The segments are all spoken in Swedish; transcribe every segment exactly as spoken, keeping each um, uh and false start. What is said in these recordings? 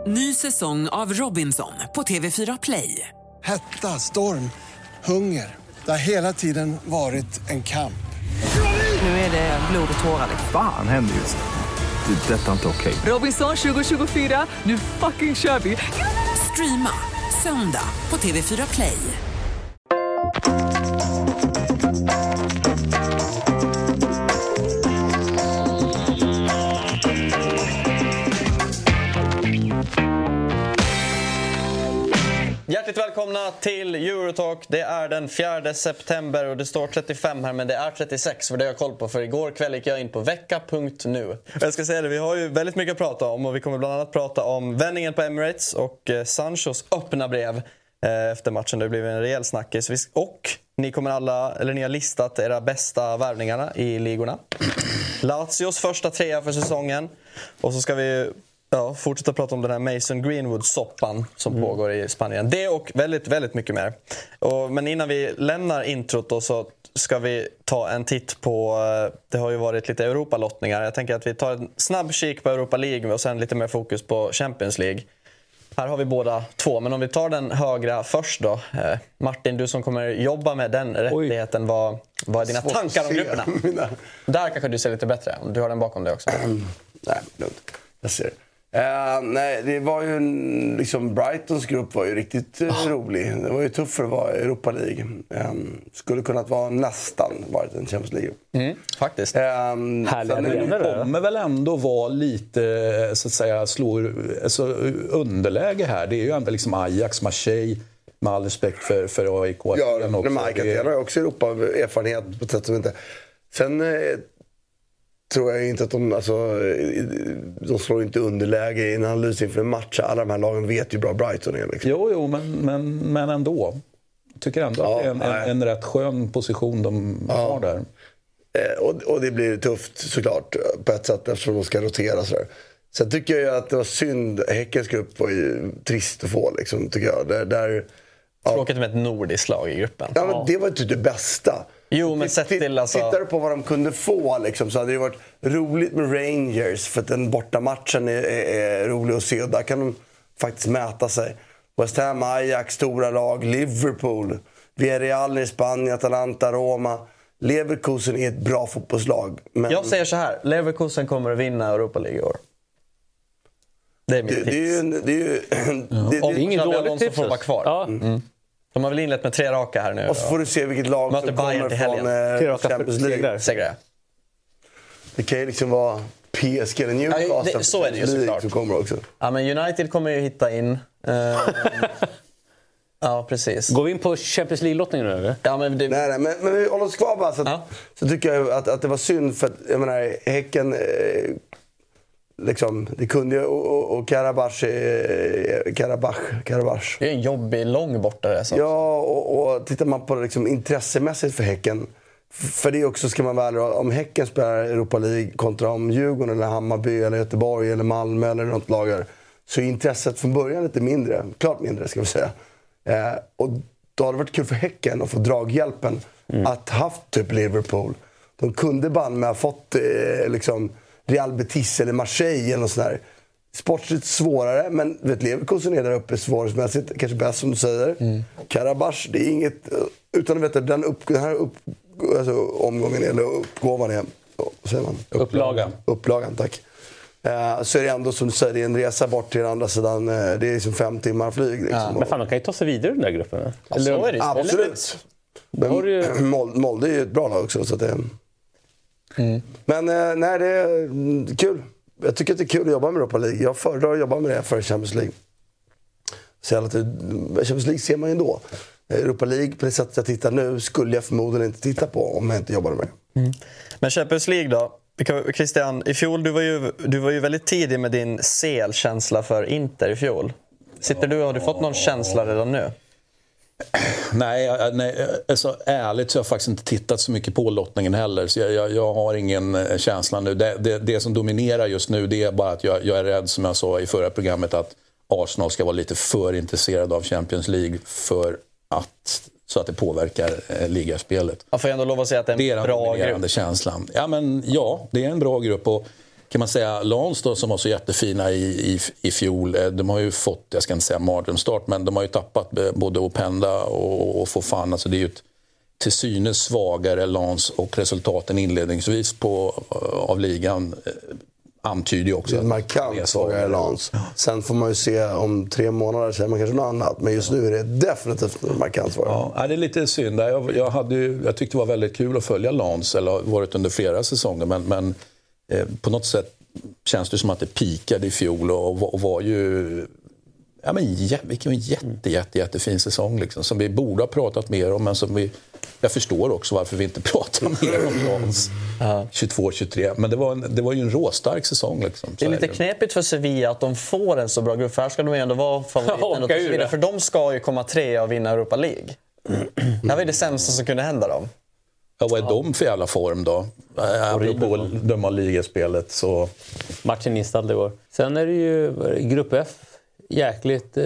Ny säsong av Robinson på T V fyra Play. Hetta, storm, hunger. Det har hela tiden varit en kamp. Nu är det blod och tårar. Fan händer just det. Det är detta inte okej. Robinson tjugo tjugofyra, nu fucking kör vi. Streama söndag på T V fyra Play. Hjärtligt välkomna till Eurotalk. Det är den fjärde september och det står trettiofem här, men det är trettiosex för det har jag koll på. För igår kväll gick jag in på vecka punkt nu. Jag ska säga det, vi har ju väldigt mycket att prata om och vi kommer bland annat prata om vändningen på Emirates och eh, Sanchos öppna brev eh, efter matchen. Det blev en rejäl snackis. Och ni kommer alla, eller ni har listat era bästa värvningarna i ligorna. Lazios första trea för säsongen. Och så ska vi Ja, fortsätta prata om den här Mason Greenwood-soppan som mm. pågår i Spanien. Det och väldigt, väldigt mycket mer. Och, men innan vi lämnar introt då, så ska vi ta en titt på, det har ju varit lite Europalottningar. Jag tänker att vi tar en snabb kik på Europa League och sen lite mer fokus på Champions League. Här har vi båda två, men om vi tar den högra först då. Eh, Martin, du som kommer jobba med den rättigheten, vad, vad är dina Svårt tankar om grupperna? Mina... Där kanske du ser lite bättre, om du har den bakom dig också. Nej, lugnt. Jag ser det. Uh, nej, det var ju en, liksom Brightons grupp var ju riktigt uh, oh. rolig. Det var ju tufft för att vara Europa League. Um, skulle kunnat vara nästan varit en Champions League. Mm, faktiskt. Um, Härliga grejer. Det kommer väl ändå vara lite, så att säga, slå, alltså, underläge här. Det är ju ändå liksom Ajax, Marseille, med all respekt för, för A I K. Ja, men Mike har också Europa-erfarenhet på ett sätt som inte. Sen eh, tror jag inte att de, alltså, de slår inte underläge i en analys inför en match. Alla de här lagen vet ju bra Brighton är. Liksom. Jo, jo men, men, men ändå. Jag tycker ändå ja, att det är en, en, en rätt skön position de ja. har där. Eh, och, och det blir tufft såklart på ett sätt eftersom de ska rotera. Så där. Sen tycker jag ju att det var synd. Häckens grupp var ju trist att få, liksom, tycker jag. Där, där, ja. Tråkigt med ett nordiskt lag i gruppen. Ja, men det var inte det bästa. Jo, men sett till alltså... Tittar du på vad de kunde få liksom, så hade det varit roligt med Rangers för att den borta matchen är, är, är rolig att se och där kan de faktiskt mäta sig. West Ham, Ajax, stora lag, Liverpool, Villarreal i Spanien, Atalanta, Roma. Leverkusen är ett bra fotbollslag. Men... Jag säger så här, Leverkusen kommer att vinna Europa League i år. Det är mitt det, tips. Det är ju... Det är ju ja. det, det, det är ingen dålig tips. Får vara kvar. Ja. Mm. De har väl inlett med tre raka här nu. Och så får du se vilket lag möter som Bayern kommer från eh, Champions League. Segrar. Det kan ju liksom vara P S G eller Newcastle. Ja, det, så är det ju såklart. Som kommer också. Ja, men United kommer ju hitta in. Uh, ja, precis. Går vi in på Champions League-lottningen nu, eller? Ja, men det... Nej, nej, men, men vi håller oss kvar bara. Så, att, ja. så tycker jag att, att det var synd för att, jag menar, Häcken... Eh, liksom, det kunde ju, och, och Karabach, eh, Karabach, Karabach. Det är en jobbig, lång borta. Så. Ja, och, och tittar man på det liksom, intressemässigt för Häcken, för det också ska man väl, om Häcken spelar Europa League kontra om Djurgården eller Hammarby eller Göteborg eller Malmö eller något lagar, så är intresset från början lite mindre, klart mindre ska vi säga. Eh, och då har det varit kul för Häcken att få draghjälpen mm. att haft typ Liverpool. De kunde bara med ha fått eh, liksom Real Betis eller Marseille eller något sånt där. Sportsligt svårare, men vet, Leverkusen är där uppe svårighetsmässigt, kanske bäst som du säger. Mm. Karabach, det är inget, utan att veta den, upp, den här upp, alltså, omgången eller uppgåvan är, oh, säger man? Upplagan. Upplagan, tack. Uh, så är det ändå som du säger, det är en resa bort till den andra sidan, uh, det är liksom fem timmar flyg. Liksom. Ja. Men fan, de kan ju ta sig vidare i den där gruppen. Ja, eller, så är det, absolut. Men, ju... Molde är ju ett bra lag också, så att det... Mm. Men eh, nej, det är kul. Jag tycker att det är kul att jobba med Europa League. Jag föredrar att jobba med det för Champions League. Så att Champions League ser man ju ändå. Europa League, på det sättet jag tittar nu, skulle jag förmodligen inte titta på om jag inte jobbade med det. Mm. Men Champions League då? Christian, i fjol du var ju, du var ju väldigt tidig med din C L-känsla för Inter i fjol. Sitter du, har du fått någon känsla redan nu? Nej, nej alltså, ärligt så har jag faktiskt inte tittat så mycket på lottningen heller. Så jag, jag, jag har ingen känsla nu. Det, det, det som dominerar just nu, det är bara att jag, jag är rädd, som jag sa i förra programmet, att Arsenal ska vara lite för intresserad av Champions League för att, så att det påverkar eh, ligaspelet. Jag får ändå lov att säga att det är en det är bra grupp. Känslan. Ja, men ja, det är en bra grupp och kan man säga, Lans då, som var så jättefina i, i, i fjol, de har ju fått, jag ska inte säga mardrömsstart, men de har ju tappat både Openda och, och Fofana, alltså det är ju ett till synes svagare Lans, och resultaten inledningsvis på, av ligan antyder ju också. Det är en markant svagare Lans. Sen får man ju se om tre månader säger man kanske något annat, men just nu är det definitivt markant svagare. Ja, det är lite synd. Jag, jag, hade ju, jag tyckte det var väldigt kul att följa Lans, eller har varit under flera säsonger, men, men eh, på något sätt känns det som att det pikade i fjol och, och var ju... Ja, men jä, vilken jätte, jätte, jättefin säsong liksom, som vi borde ha pratat mer om, men som vi, jag förstår också varför vi inte pratar mer om Lans tjugotvå tjugotre. Men det var, en, det var ju en råstark säsong. Liksom. Det är lite knepigt för Sevilla att de får en så bra grupp. För här ska de ju ändå vara favoriten. Och för de ska ju komma tre och vinna Europa League. Det här var det sämsta som kunde hända dem. Ja, vad är de för jävla form då? Apropå att döma ligaspelet så... Matchen inställd igår. Sen är det ju grupp F. Jäkligt eh,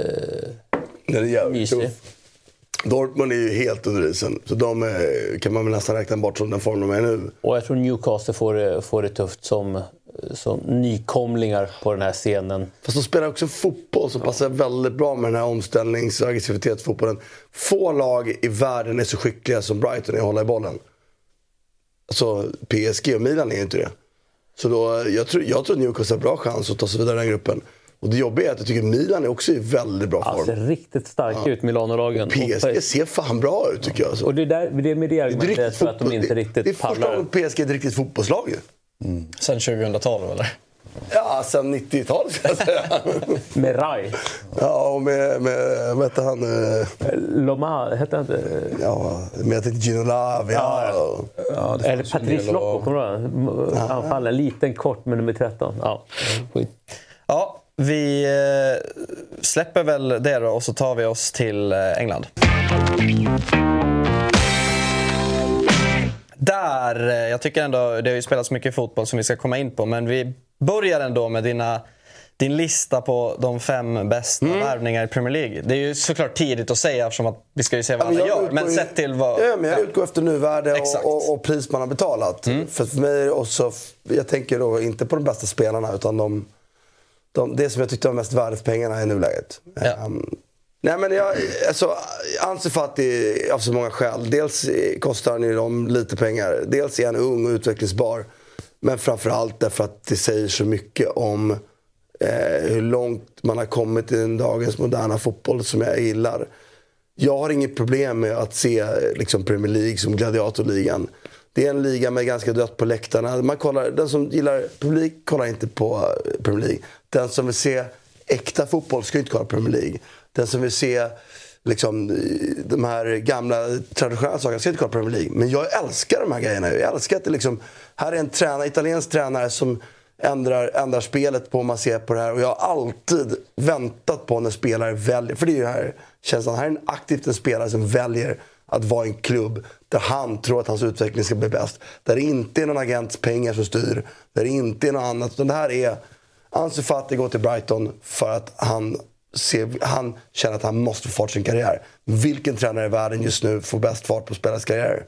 det är jävligt. Dortmund är ju helt under isen. Så de är, kan man väl nästan räkna bort som den form de är nu. Och jag tror Newcastle får, får det tufft som, som nykomlingar på den här scenen. Fast de spelar också fotboll som passar väldigt bra med den här omställnings- och aggressivitetsfotbollen. Få lag i världen är så skickliga som Brighton är att hålla i bollen. Alltså P S G och Milan är ju inte det. Så då, jag tror, jag tror Newcastle har bra chans att ta sig vidare i den gruppen. Och det jobbiga är att jag tycker Milan är också i väldigt bra form. Ja, ser riktigt starka ja. ut, Milano-lagen. P S G ser fan bra ut tycker jag. Alltså. Och det, där, det är med det argumentet för att de inte riktigt det, det är pallar. Det är första gången P S G är ett riktigt fotbollslag ju. Mm. Sen tjugohundratolv eller? Ja, sen nittiotalet ska jag säga. Med Rai. Ja, och med, med vad heter han? Loma, heter han inte? Ja, men jag tänkte Gino Lavia. Ja, ja, eller Patrice Locco, kommer du ihåg? Han faller liten kort med nummer tretton. Ja, ja. Vi släpper väl det då och så tar vi oss till England. Där, jag tycker ändå, det har ju spelats mycket fotboll som vi ska komma in på, men vi börjar ändå med dina, din lista på de fem bästa mm. värvningar i Premier League. Det är ju såklart tidigt att säga eftersom att vi ska ju se vad alla gör, men i, sett till vad... Ja, men jag utgår efter nuvärde och, och, och pris man har betalat. Mm. För, för mig också, jag tänker då inte på de bästa spelarna utan de... De, det som jag tyckte var mest värde för pengarna i nuläget. Ja. Um, nej men jag, alltså, Ansu Fati av så många skäl. Dels kostar han ju dem lite pengar. Dels är han ung och utvecklingsbar. Men framförallt därför att det säger så mycket om eh, hur långt man har kommit i dagens moderna fotboll som jag gillar. Jag har inget problem med att se liksom, Premier League som gladiatorligan. Det är en liga med ganska dött på läktarna. Man kollar, den som gillar publik kollar inte på Premier League. Den som vill se äkta fotboll ska inte kolla Premier League. Den som vill se liksom, de här gamla traditionella sakerna ska inte kolla Premier League. Men jag älskar de här grejerna. Jag älskar att det liksom, här är en tränare, italiensk tränare som ändrar, ändrar spelet på om man ser på det här. Och jag har alltid väntat på när spelare väljer. För det är ju här känslan. Här är en aktivt en spelare som väljer att vara en klubb där han tror att hans utveckling ska bli bäst. Där det inte är någon agents pengar som styr. Där det inte är något annat. Utan det här är Ansu Fati går till Brighton för att han, ser, han känner att han måste få fart sin karriär. Vilken tränare i världen just nu får bäst fart på spelares karriär?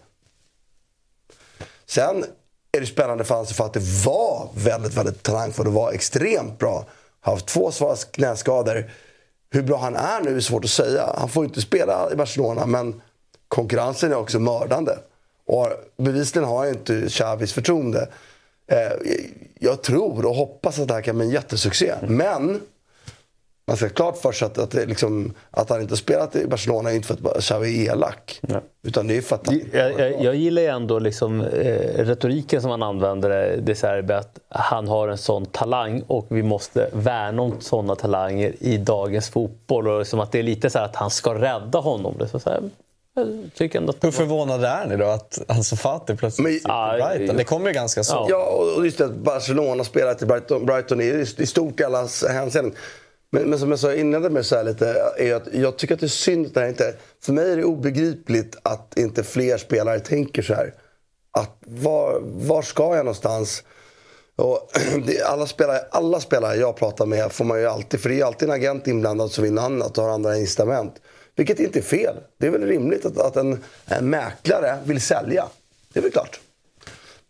Sen är det spännande för Ansu Fati var väldigt, väldigt talangfull och var extremt bra. Har haft två svåra knäskador. Hur bra han är nu är svårt att säga. Han får inte spela i Barcelona, men konkurrensen är också mördande. Och bevisligen har jag inte Xavis förtroende. Eh, jag tror och hoppas att det här kan bli en jättesuccé. Men man ska klart för sig att, att, det liksom, att han inte spelat i Barcelona är inte för att Xavi är elak. Ja. Utan det är för att han... jag, jag, jag gillar ju ändå liksom, eh, retoriken som han använder. Det är att han har en sån talang och vi måste värna om sådana talanger i dagens fotboll. Och liksom att det är lite så här att han ska rädda honom. Det är så här, hur förvånade är ni då att Ansu Fati plötsligt men, ja, Brighton? Det kommer ju ganska så. Ja, och just det att Barcelona spelar till Brighton, Brighton är i stort i allas hänseenden. Men, men som jag sa innan med så här lite är att jag tycker att det är synd att det här inte... För mig är det obegripligt att inte fler spelare tänker så här. Att var, var ska jag någonstans? Och det, alla, spelare, alla spelare jag pratar med får man ju alltid... För det är alltid en agent inblandad som vill annat och har andra incitament. Vilket inte är fel. Det är väl rimligt att, att en, en mäklare vill sälja. Det är väl klart.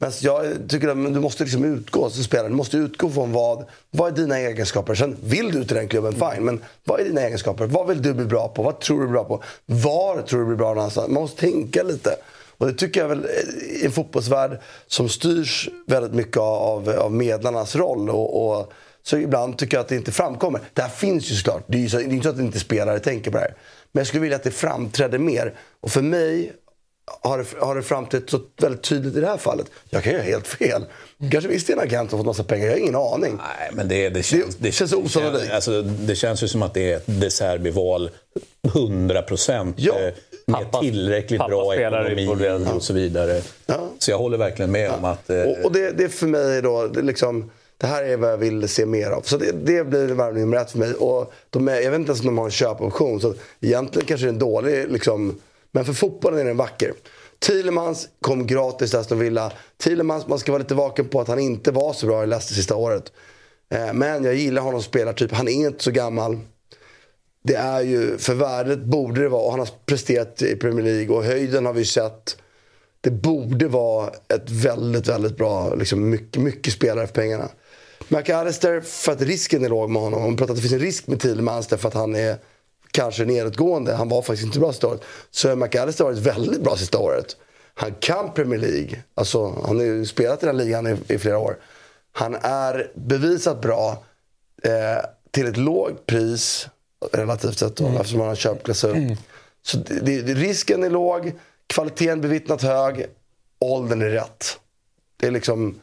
Men jag tycker att du måste liksom utgå som spelare. Du måste utgå från vad, vad är dina egenskaper. Sen vill du till den klubben, fine. Men vad är dina egenskaper? Vad vill du bli bra på? Vad tror du blir bra på? Var tror du blir bra någonstans? Man måste tänka lite. Och det tycker jag väl i en fotbollsvärld som styrs väldigt mycket av, av medlarnas roll. Och, och så ibland tycker jag att det inte framkommer. Det här finns ju såklart. Det är ju så, det är inte så att inte spelare tänker på det här. Men jag skulle vilja att det framträdde mer. Och för mig har det, har det framträtt så väldigt tydligt i det här fallet. Jag kan göra helt fel. Kanske visst är en agent som fått massa pengar. Jag har ingen aning. Nej, men det, det känns, det, det känns osannolikt. Alltså, det känns ju som att det är ett De Zerbi-val hundra procent. Ja. Med pappa, tillräckligt pappa bra ekonomi och så vidare. Ja. Så jag håller verkligen med ja. om att... Eh... Och, och det, det för mig då, det, liksom, det här är vad jag vill se mer av. Så det, det blir värvning nummer ett för mig. Och de är, jag vet inte ens om de har en köpoption. Så egentligen kanske det är en dålig... Liksom, men för fotbollen är den vacker. Thielemans kom gratis till Aston Villa. Thielemans, man ska vara lite vaken på att han inte var så bra i Leicester sista året. Eh, men jag gillar honom spelartyp. Han är inte så gammal. Det är ju, för värdet borde det vara, och han har presterat i Premier League och höjden har vi sett. Det borde vara ett väldigt, väldigt bra, liksom mycket, mycket spelare för pengarna. McAllister, för att risken är låg med honom. Man pratar att det finns en risk med Thielemans därför att han är kanske nedåtgående. Han var faktiskt inte bra sista året. Så McAllister har varit väldigt bra sista året. Han kan Premier League. Alltså, han har ju spelat i den ligan i, i flera år. Han är bevisat bra eh, till ett lågt pris relativt sett då, mm. eftersom man har köpt upp. Mm. Så det, det, risken är låg, kvaliteten bevittnat hög, åldern är rätt. Det är liksom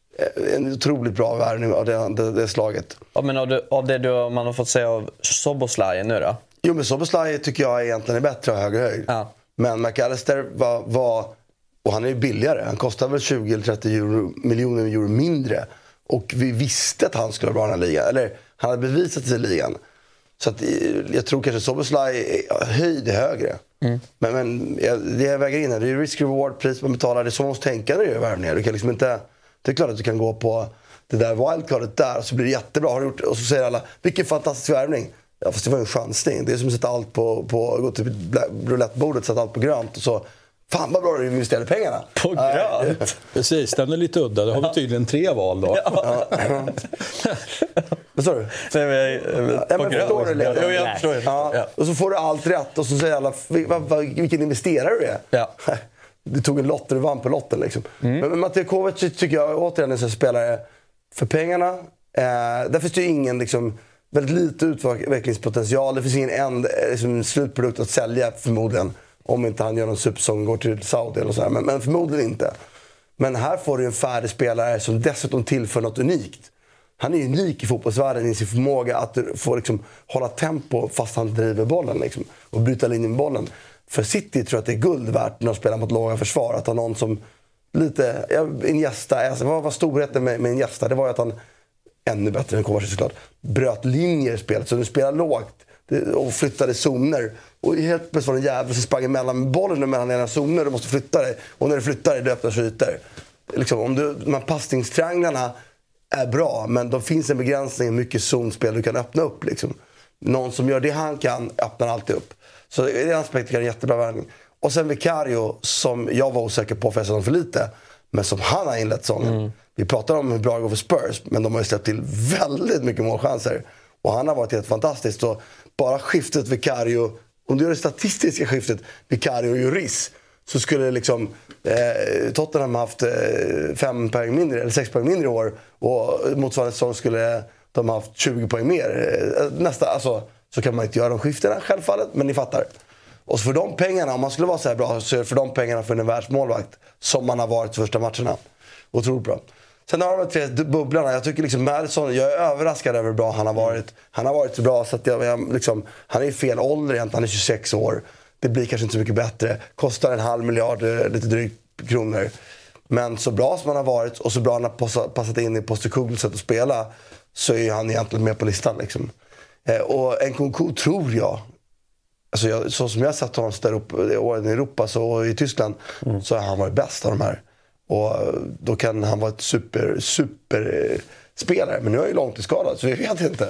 en otroligt bra värvning av det, det, det slaget. Ja, men av det, av det du, man har fått säga av Szoboszlai nu då? Jo, men Szoboszlai tycker jag egentligen är bättre och högre höjd. Ja. Men McAllister var, var, och han är ju billigare. Han kostar väl tjugo eller trettio euro, miljoner euro mindre. Och vi visste att han skulle vara bra i den här ligan. Eller han hade bevisat sig i ligan. Så att, jag tror kanske Szoboszlai höjd är högre. Mm. Men, men det jag väger in här, det är risk-reward, pris man betalar. Det är så man måste tänka när du gör värvningar. Du kan liksom inte, det är klart att du kan gå på det där wildcardet där och så blir det jättebra. Har du gjort, och så säger alla, vilken fantastisk värvning. Ja, fast det var en chansning. Det är som att sätta allt på, på gå till roulettebordet, sätta allt på grönt och så. Fan vad bra du investerade pengarna. På grönt? Precis, den är lite udda. Då har vi tydligen tre val då. Ja. Vad sa du? Säger vi, ja, men förstår du det? Jo, jag förstår det. Ja. Ja. Och så får du allt rätt och så säger alla, vilken investerare du är. Ja. Du tog en lott och du vann på lotten liksom. Mm. Men Matej Kovac tycker jag återigen är en spelare för pengarna. Eh, där finns det ju ingen liksom, väldigt lite utvecklingspotential. Det finns ingen end, liksom, slutprodukt att sälja förmodligen. Om inte han gör någon supersång går till Saudi eller så här. Men, men förmodligen inte. Men här får du en färdig spelare som dessutom tillför något unikt. Han är unik i fotbollsvärlden i sin förmåga att få liksom, hålla tempo fast han driver bollen. Liksom, och bryta linjen med bollen. För City tror jag att det är guld värt när de spelar mot låga försvar. Att ha någon som lite... Ja, Iniesta, alltså, vad var storheten med, med Iniesta? Det var ju att han, ännu bättre än Kovacic såklart, bröt linjer i spelet. Så du spelar lågt och flyttade zoner. Och helt plötsligt var det en jävel som sprang mellan bollen och mellan ena zoner. Du måste flytta dig. Och när du flyttar dig, du öppnar sig ytor. Liksom, om du, de här passningstrianglarna är bra, men det finns en begränsning hur mycket zonspel du kan öppna upp. Liksom. Någon som gör det han kan öppnar alltid upp. Så i den aspekten är det en jättebra värvning. Och sen Vicario, som jag var osäker på för jag sa för lite, men som han har inlett sången. Mm. Vi pratar om hur bra det går för Spurs, men de har ju släppt till väldigt mycket målchanser. Och han har varit helt fantastiskt. Så bara skiftet Vicario, om du gör det statistiska skiftet Vicario och Juris, så skulle liksom eh, Tottenham haft eh, fem poäng mindre eller sex poäng mindre i år, och motsvarande säsong skulle de haft tjugo poäng mer. Eh, nästa, alltså, så kan man inte göra de skiftena självfallet, men ni fattar. Och så för de pengarna, om man skulle vara så här bra, så är det för de pengarna för en världsmålvakt som man har varit första matcherna. Otroligt bra. Sen har de tre bubblarna. Jag tycker liksom Madison, jag är överraskad över hur bra han har varit. Han har varit så bra så att jag, jag liksom, han är i fel ålder egentligen, han är tjugosex år. Det blir kanske inte så mycket bättre. Kostar en halv miljard, lite drygt kronor. Men så bra som han har varit och så bra han har passat in i Postecoglou's sätt att spela, så är han egentligen med på listan liksom. Eh, och Nkunku tror jag, alltså jag, så som jag har sett honom där uppe i Europa så i Tyskland, mm. så har han varit bäst av de här. Och då kan han vara ett super, super eh, spelare. Men nu är han ju långtidsskadad, så vi vet inte.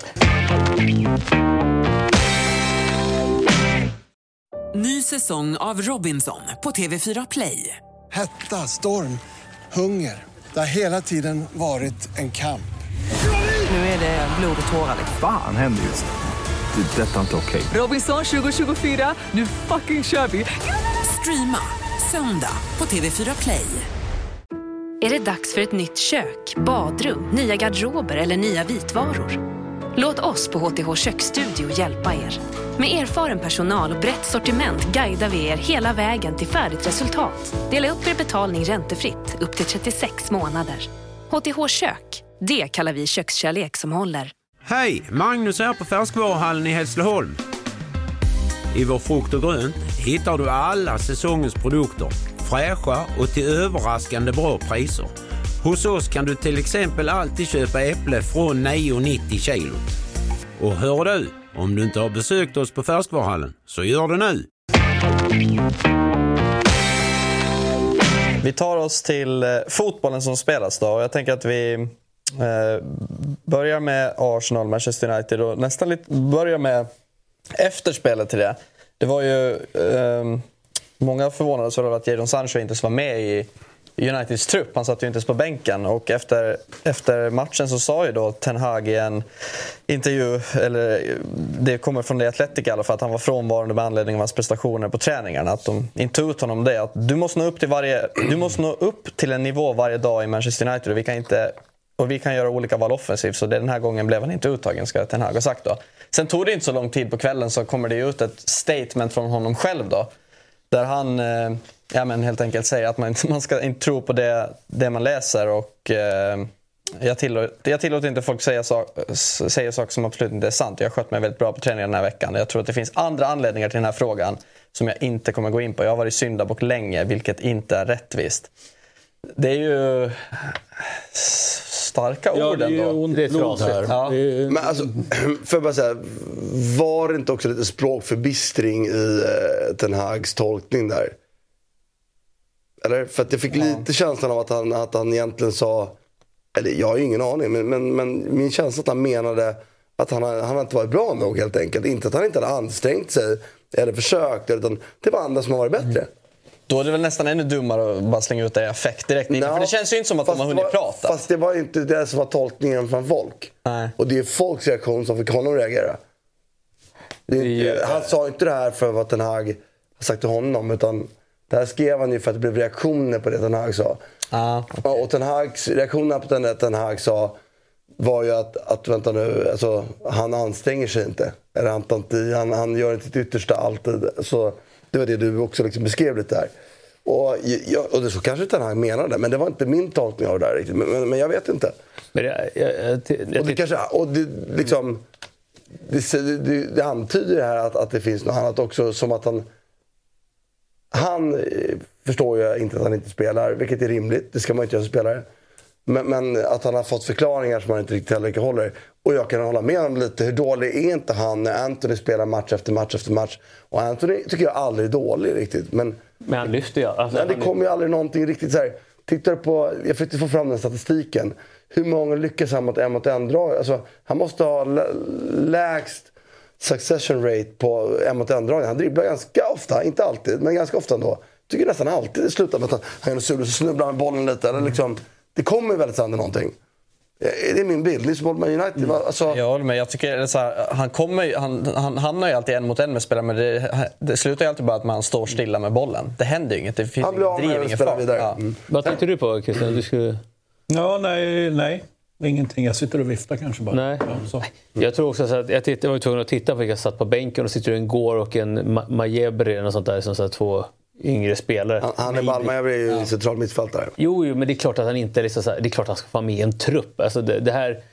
Ny säsong av Robinson på T V fyra Play. Hetta, storm, hunger. Det har hela tiden varit en kamp. Nu är det blod och tårar. Fan händer just det. Det är detta inte okej. Robinson tjugo tjugofyra, nu fucking kör vi! Streama söndag på T V fyra Play. Är det dags för ett nytt kök, badrum, nya garderober eller nya vitvaror? Låt oss på H T H Köksstudio hjälpa er. Med erfaren personal och brett sortiment guidar vi er hela vägen till färdigt resultat. Dela upp er betalning räntefritt upp till trettiosex månader. H T H Kök, det kallar vi kökskärlek som håller. Hej, Magnus här på Färskvaruhallen i Hässleholm. I vår frukt och grönt hittar du alla säsongens produkter, fräscha och till överraskande bra priser. Hos oss kan du till exempel alltid köpa äpple från nio nittio kilo. Och hör du, om du inte har besökt oss på Färskvaruhallen, så gör det nu. Vi tar oss till eh, fotbollen som spelas då. Och jag tänker att vi eh, börjar med Arsenal, Manchester United och nästan lite börjar med efterspelet till det. Det var ju eh, många förvånade så att Jadon Sancho inte var med i Uniteds trupp. Han satt ju inte ens på bänken. Och efter, efter matchen så sa ju då Ten Hag i en intervju, eller det kommer från The Athletic i alla fall, att han var frånvarande med anledning av hans prestationer på träningarna. Att de inte ut honom det. Att du måste nå upp till varje, du måste nå upp till en nivå varje dag i Manchester United. Och vi kan inte, och vi kan göra olika val offensivt. Så det, den här gången blev han inte uttagen, ska Ten Hag ha sagt då. Sen tog det inte så lång tid på kvällen, så kommer det ut ett statement från honom själv då. Där han eh, ja, men helt enkelt säger att man, man ska inte tro på det, det man läser. Och eh, jag, tillåter, jag tillåter inte folk säga, sak, säga saker som absolut inte är sant. Jag har skött mig väldigt bra på träningen den här veckan. Jag tror att det finns andra anledningar till den här frågan som jag inte kommer gå in på. Jag har varit syndabock länge, vilket inte är rättvist. Det är ju starka ja, ord ändå. Det är trasigt här. Ja. Men alltså, för att bara säga, var det inte också lite språkförbistring i uh, Ten Hags tolkning där? Eller? För att jag fick ja. lite känslan av att han, att han egentligen sa, eller jag har ju ingen aning, men, men, men min känsla att han menade att han, han inte varit bra nog helt enkelt. Inte att han inte hade ansträngt sig eller försökt, utan det var andra som har varit bättre. Mm. Då är det väl nästan ännu dummare att bara slänga ut det i affekt direkt. No, för det känns ju inte som att de har hunnit var, prata. Fast det var inte det som var tolkningen från folk. Nej. Och det är folks reaktion som fick honom reagera. Det är inte, det är, han sa inte det här för vad Ten Hag har sagt till honom, utan det här skrev han ju för att det blev reaktioner på det Ten Hag sa. Ah, okay. Och Ten Hags reaktioner på det Ten Hag sa var ju att, att vänta nu, alltså, han anstränger sig inte. Eller han, han, han gör inte sitt yttersta alltid. Så det var det du också liksom beskrev lite där. Och, jag, och det så kanske Ten Hag menade, men det var inte min tolkning av det där riktigt. Men, men, men jag vet inte. Men jag, jag, jag, jag, och det kanske, och det liksom det, det, det antyder det här att, att det finns något annat också, som att han han förstår ju inte att han inte spelar, vilket är rimligt, det ska man inte göra som spelare. Men, men att han har fått förklaringar som han inte riktigt heller håller. Och jag kan hålla med om lite, hur dålig är inte han när Anthony spelar match efter match efter match. Och Anthony tycker jag aldrig är dålig riktigt. Men, men han lyfter ju. Alltså, men det kommer ju aldrig någonting riktigt så här. Tittar på, jag försökte få fram den statistiken. Hur många lyckas han mot en mot en drag? Alltså, han måste ha lägst succession rate på en mot en drag. Han dribblar ganska ofta, inte alltid, men ganska ofta ändå. Jag tycker nästan alltid det slutar med att han, han är sur och så snubblar med bollen lite. Eller liksom, det kommer väldigt sannolikt någonting. Det är min bild, liksom med United. Mm. Alltså... Ja, men jag tycker det är så här, han kommer han han hamnar ju alltid en mot en med spelare, men det, det slutar ju alltid bara att man står stilla med bollen. Det händer ju inget, det finns ingen ingen fart. Ja. Mm. Vad tänkte du på, Christian? Du skulle... Ja, nej, nej. Ingenting. Jag sitter och viftar kanske bara. Nej. Ja, så. Jag tror också så att jag, tittade, jag var tvungen att titta på, jag satt på bänken och sitter en Går och en Majebri eller sånt där, som så här, två yngre spelare. Han, han är Malmö, jag blir ju ja. central mittfältare. Jo, jo, men det är klart att han inte är liksom så här, det är klart att han ska vara med i en trupp. Alltså det, det här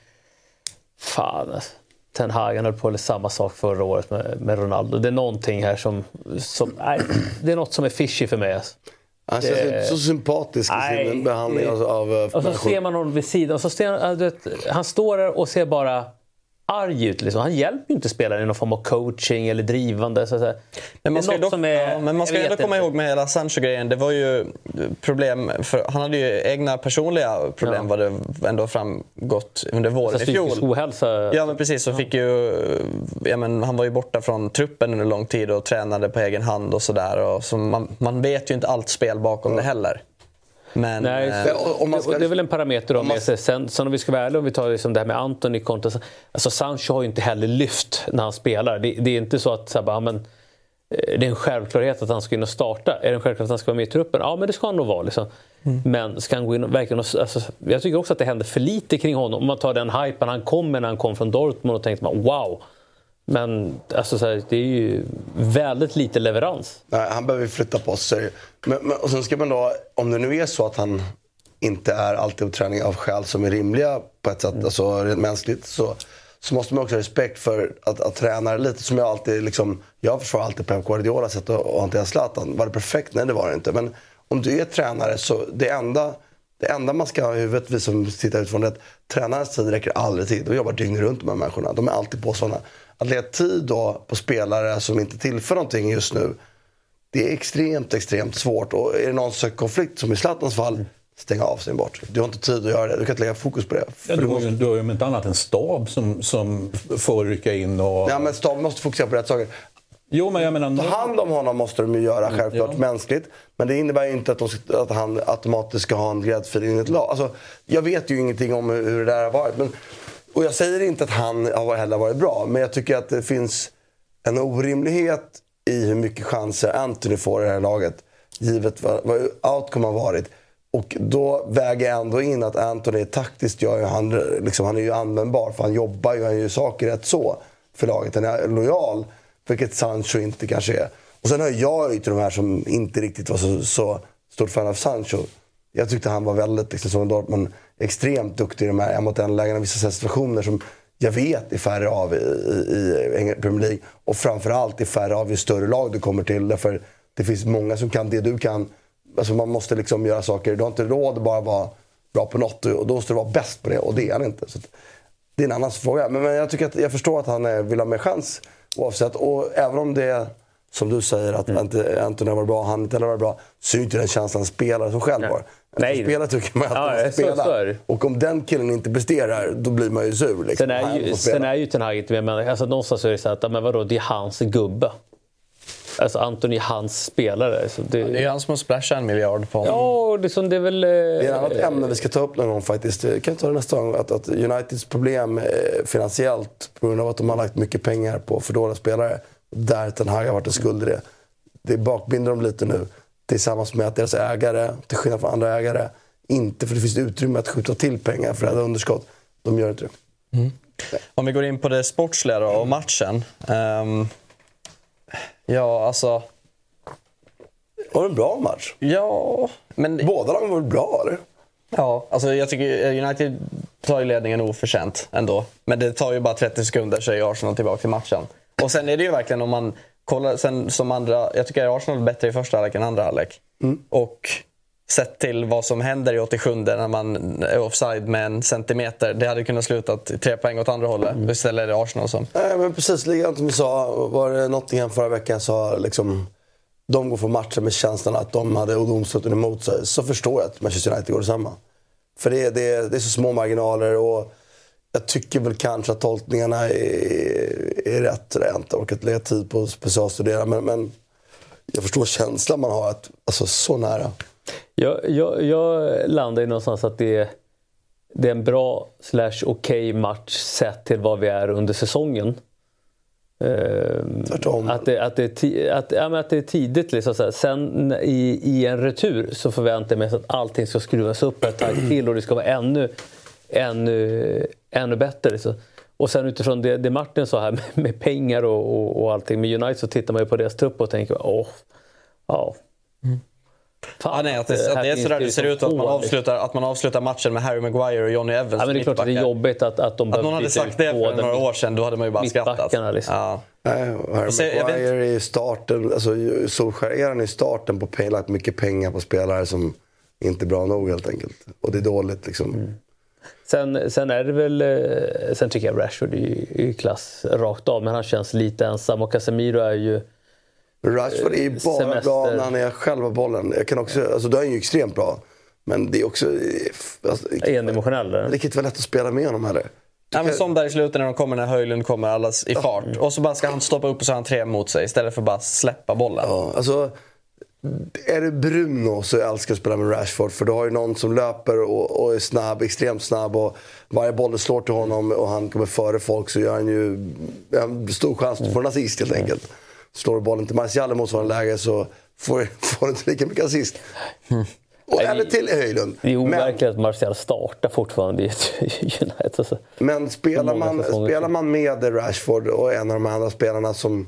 fan alltså. Ten Hag höll på med samma sak förra året med, med Ronaldo. Det är någonting här som, som nej, det är något som är fishy för mig alltså. Han känns det, så sympatisk i sin behandling det, av, av och så ser man någon vid sidan och så ser han, vet, han står där och ser bara arg ut liksom. Han hjälper ju inte spelaren i någon form av coaching eller drivande så att säga. Men man ska, dock, är, ja, men man ska ändå komma ihåg med hela Sancho-grejen. Det var ju problem, för han hade ju egna personliga problem, ja. Var det ändå framgått under våren alltså, i fjol. Ohälsa. Ja, men precis, så fick ju ja, men han var ju borta från truppen under lång tid och tränade på egen hand och sådär, och så man, man vet ju inte allt spel bakom ja. det heller. Men, Nej, eh, om man ska, det är väl en parameter då, man, med sig. Sen, sen om vi ska vara ärliga, om vi tar liksom det här med Antony kontra, alltså Sancho har ju inte heller lyft när han spelar. Det, det är inte så att så här, bara, men, det är en självklarhet att han ska in och starta. Är det en självklarhet att han ska vara med i truppen? Ja, men det ska han nog vara. Liksom. Mm. Men ska han gå in och verkligen... Alltså, jag tycker också att det händer för lite kring honom. Om man tar den hypen han kom med när han kom från Dortmund och tänkte man, wow. Men alltså, så här, det är ju väldigt lite leverans. Nej, han behöver flytta på sig. Men, men, och sen ska man då, om det nu är så att han inte är alltid på träning av skäl som är rimliga på ett sätt, mm. alltså rent mänskligt, så... så måste man också ha respekt för att, att tränare lite som jag alltid liksom, jag försvarar alltid Pep Guardiola sätt att och hantera Zlatan. Var det perfekt? Nej, det var det inte. Men om du är tränare så det enda, det enda man ska ha i huvudet, vi som tittar utifrån det, tränarens tid räcker aldrig tid. De jobbar dygnet runt med de här människorna. De är alltid på sådana. Att lägga tid då på spelare som inte tillför någonting just nu, det är extremt, extremt svårt. Och är det någon sorts konflikt som i Zlatans fall, stänga av sig bort. Du har inte tid att göra det. Du kan inte lägga fokus på det. Ja, du, har ju, du har ju inte annat än stab som, som får rycka in och... Ja, men stab måste fokusera på rätt saker. Jo, men jag menar... Ta hand om honom måste de ju göra självklart ja. mänskligt. Men det innebär ju inte att, de ska, att han automatiskt ska ha en gräddfil in i ett lag. Alltså, jag vet ju ingenting om hur, hur det där har varit. Men, och jag säger inte att han har heller varit bra. Men jag tycker att det finns en orimlighet i hur mycket chanser Antony får i det här laget. Givet vad, vad outcome har varit. Och då väger jag ändå in att Antony taktiskt gör ju han, liksom, han är ju användbar. För han jobbar ju, han gör ju saker rätt så för laget. Han är lojal, vilket Sancho inte kanske är. Och sen har jag ju till de här som inte riktigt var så, så stort fan av Sancho. Jag tyckte han var väldigt, liksom, som en Dortmund, extremt duktig i de här mot en lägen, vissa situationer som jag vet är färre av i, i, i Premier League. Och framförallt är färre av ju större lag du kommer till. Därför det finns många som kan det du kan. Alltså man måste liksom göra saker. Du har inte råd att bara vara bra på något. Och då måste du vara bäst på det. Och det är han inte. Så det är en annan fråga. Men, men jag tycker att jag förstår att han vill ha mer chans oavsett. Och även om det är, som du säger, att mm. Antony var bra, han inte var bra, så är inte den känslan spelare som själv var. Nej. Spela tycker man att ja, man ska spela. Så, så och om den killen inte presterar, då blir man ju sur. Liksom. Sen är ju, sen är ju Ten Hag inte med. Men alltså, någonstans är det så att men vadå, det är hans gubbe. Alltså Antony, hans spelare. Så det... det är han som har splashat en miljard på honom. Ja, liksom det är väl... Det är ett annat ämne vi ska ta upp någon gång faktiskt. Jag kan ta det nästa gång. Att, att Uniteds problem finansiellt på grund av att de har lagt mycket pengar på för dåliga spelare. Där Ten Hag har varit en skuld i det. Det bakbinder de lite nu. Tillsammans med att deras ägare, till skillnad från andra ägare, inte, för det finns utrymme att skjuta till pengar för att ha underskott. De gör inte det. Mm. Om vi går in på det sportsliga då, och matchen. Um... Ja, alltså... Var det en bra match? Ja, men... Båda lagen var bra, eller? Ja, alltså jag tycker United tar ju ledningen oförtjänt ändå. Men det tar ju bara trettio sekunder så är Arsenal tillbaka till matchen. Och sen är det ju verkligen om man kollar sen som andra... Jag tycker att Arsenal är bättre i första halvlek än andra halvlek. Mm. Och sett till vad som händer i åttiosjunde när man är offside med en centimeter. Det hade kunnat sluta tre poäng åt andra hållet. Mm. Istället är det Arsenal som... Nej, men precis likadant som vi sa. Var det Nottingham förra veckan sa liksom... De går för matcher med känslan att de hade domsluten emot sig. Så förstår jag att Manchester United går detsamma. För det är, det, är, det är så små marginaler. Och jag tycker väl kanske att tolkningarna är, är rätt. Jag har inte orkat lägga tid på att specialstudera. Men, men jag förstår känslan man har. Att, alltså så nära. Jag, jag, jag landar i någonstans att det är, det är en bra slash okej match sett till vad vi är under säsongen. Tvärtom. Att det, att, det är ti, att, ja, men att det är tidigt liksom, så här. Sen i, i en retur så förväntar jag mig att allting ska skruvas upp ett tag till och det ska vara ännu, ännu, ännu bättre liksom. Och sen utifrån det, det Martin sa här med, med pengar och, och, och allting med United, så tittar man ju på deras trupp och tänker åh, ja mm. Fan, ja, nej, att det, att det är sådär det ser ut att man, avslutar, att man avslutar matchen med Harry Maguire och Johnny Evans. Ja, men det är klart att det är jobbigt att, att de att någon hade sagt det för några år sedan, då hade man ju bara skrattat. Liksom. Ja. Nej, Harry så, Maguire i starten, alltså Solskjaer är han i starten på pay, lagt mycket pengar på spelare som inte är bra nog helt enkelt. Och det är dåligt liksom. Mm. Sen, sen är det väl, sen tycker jag Rashford är i klass rakt av, men han känns lite ensam och Casemiro är ju Rashford är ju bara semester. Bra när han är själva bollen. Jag kan också, alltså då är han ju extremt bra. Men det är också... Alltså, en-dimensionell. Det är inte lätt att spela med honom heller. Ja, men som där i slutet när de kommer, när Höjlund kommer allas i fart. Mm. Och så bara ska han stoppa upp och så har han tre mot sig istället för bara släppa bollen. Ja, alltså... är det Bruno så jag älskar att spela med Rashford. För då har ju någon som löper och, och är snabb, extremt snabb. Och varje boll slår till honom och han kommer före folk så gör han ju en stor chans att få en assist helt enkelt. Slår bollen till Martial i motsvarande läge så får, får han inte lika mycket assist. Mm. Och eller till Höjlund. Det är overkligt att Martial startar fortfarande i United. Alltså. Men spelar man, spelar man med Rashford och en av de andra spelarna som...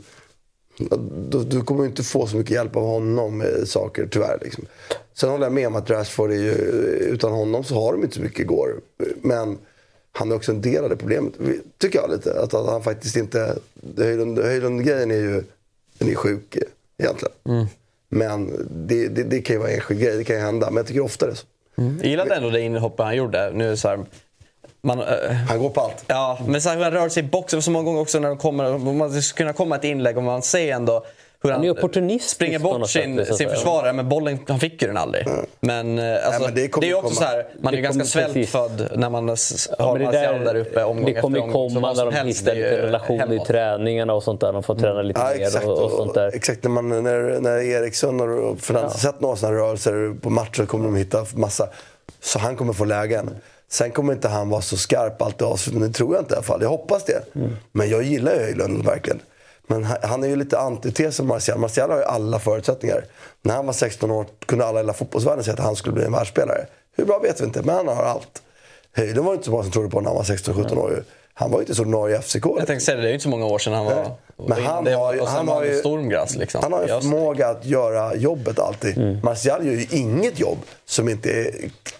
Du, du kommer inte få så mycket hjälp av honom med saker, tyvärr. Liksom. Sen håller jag med om att Rashford är ju... Utan honom så har de inte så mycket igår. Men han är också en del av det problemet. Tycker jag lite. Att, att han faktiskt inte... Höjlund, Höjlund-grejen är ju... Den är sjuk egentligen. Mm. Men det, det, det kan ju vara en enskild grej, det kan ju hända. Men jag tycker ofta det är så. Mm. Jag gillade ändå det inhoppet han gjorde. Nu är så här, man, äh, han går på allt. Ja, men så här, han rör sig i boxen så många gånger också när de kommer. Man ska kunna komma ett inlägg och man ser ändå hur han, han springer bort sin, sätt, sin försvarare. Men bollen, han fick ju den aldrig. Mm. Men, alltså, Nej, men det, det är ju också komma. Så här, man är ju ganska svältfödd när man ja, har Martial där uppe omgång det kommer efter omgång. Det kommer komma när de hittar lite relation i träningarna och sånt där. De får träna lite ja, mer exakt, och, och sånt där. Exakt, när, man, när, när Eriksson och Fernandes ja. sett några sådana rörelser på matcher kommer de hitta massa. Så han kommer få lägen. Sen kommer inte han vara så skarp alltid avslut, men det tror jag inte i alla fall. Jag hoppas det. Mm. Men jag gillar ju Höjlund verkligen. Men han är ju lite antites av Martial. Martial har ju alla förutsättningar. När han var sexton år kunde alla i hela fotbollsvärlden säga att han skulle bli en världsspelare. Hur bra vet vi inte, men han har allt. Höjlund var inte så många som trodde på när han var sexton sjutton år. Han var ju inte så ordinarie i F C K. Jag tänkte säga det, det är ju inte så många år sedan han var... Men han har ju, han har ju, stormgräs, liksom. Han har ju förmåga att göra jobbet alltid. Mm. Martial gör ju inget jobb som inte är...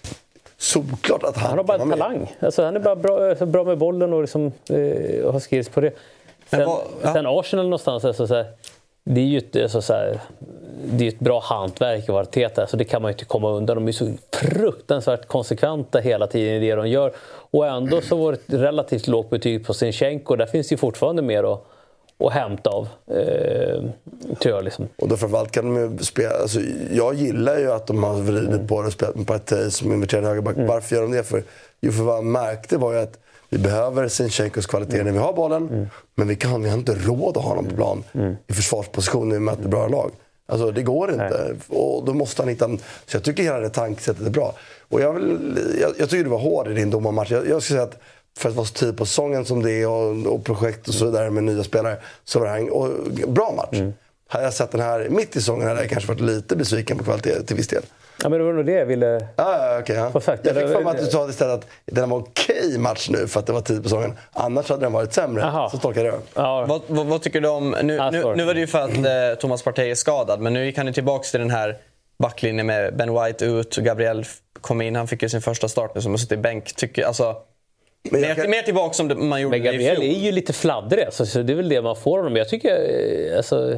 Såklart att han, han har bara en talang. Alltså, han är bara bra, bra med bollen och liksom, eh, har skrivits på det. Sen, vad, ja. sen Arsenal någonstans alltså, så här, det är ju ett, alltså, så här, det är ett bra hantverk av Arteta, så det kan man ju inte komma undan. De är så fruktansvärt konsekventa hela tiden i det de gör. Och ändå så var det ett relativt lågt betyg på Zinchenko. Där finns ju fortfarande mer att, att hämta av. Eh, tror jag liksom. Och då framförallt kan de ju spela, alltså, jag gillar ju att de har vridit mm. på det och spelat med Partey som inverterade högerback. Mm. Varför gör de det? För, jo, för vad jag märkte var ju att vi behöver Zinchenkos kvalitet mm. när vi har bollen. Mm. Men vi, kan, vi har inte råd att ha honom på plan mm. i försvarsposition när vi möter bra lag. Alltså det går inte. Nej. Och då måste han hitta en... Så jag tycker hela det tankesättet är bra. Och jag, vill, jag, jag tycker det var hård i din domarmatch. Jag, jag skulle säga att för att vara så tid på säsongen som det är och, och projekt och så vidare med nya spelare så var det här en bra match. Mm. Hade jag sett den här mitt i säsongen hade jag kanske varit lite besviken på kvalitet till viss del. Ja, men det var nog det jag ville ah, okay, ja. få sagt. Jag fick för mig att du sa istället att den var okej match nu för att det var tid på säsongen. Annars hade den varit sämre. Aha. Så tolkar jag det. Ja. Vad, vad, vad tycker du om... Nu, nu, nu var det ju för att eh, Thomas Partey är skadad. Men nu gick han ju tillbaka till den här backlinjen med Ben White ut. Gabriel kom in. Han fick ju sin första start nu som har suttit i bänk. Tycker, alltså, men mer, kan... mer tillbaka som det, man gjorde i fjol. Men Gabriel är ju lite fladdrig. Alltså, så det är väl det man får honom. Jag tycker... Alltså,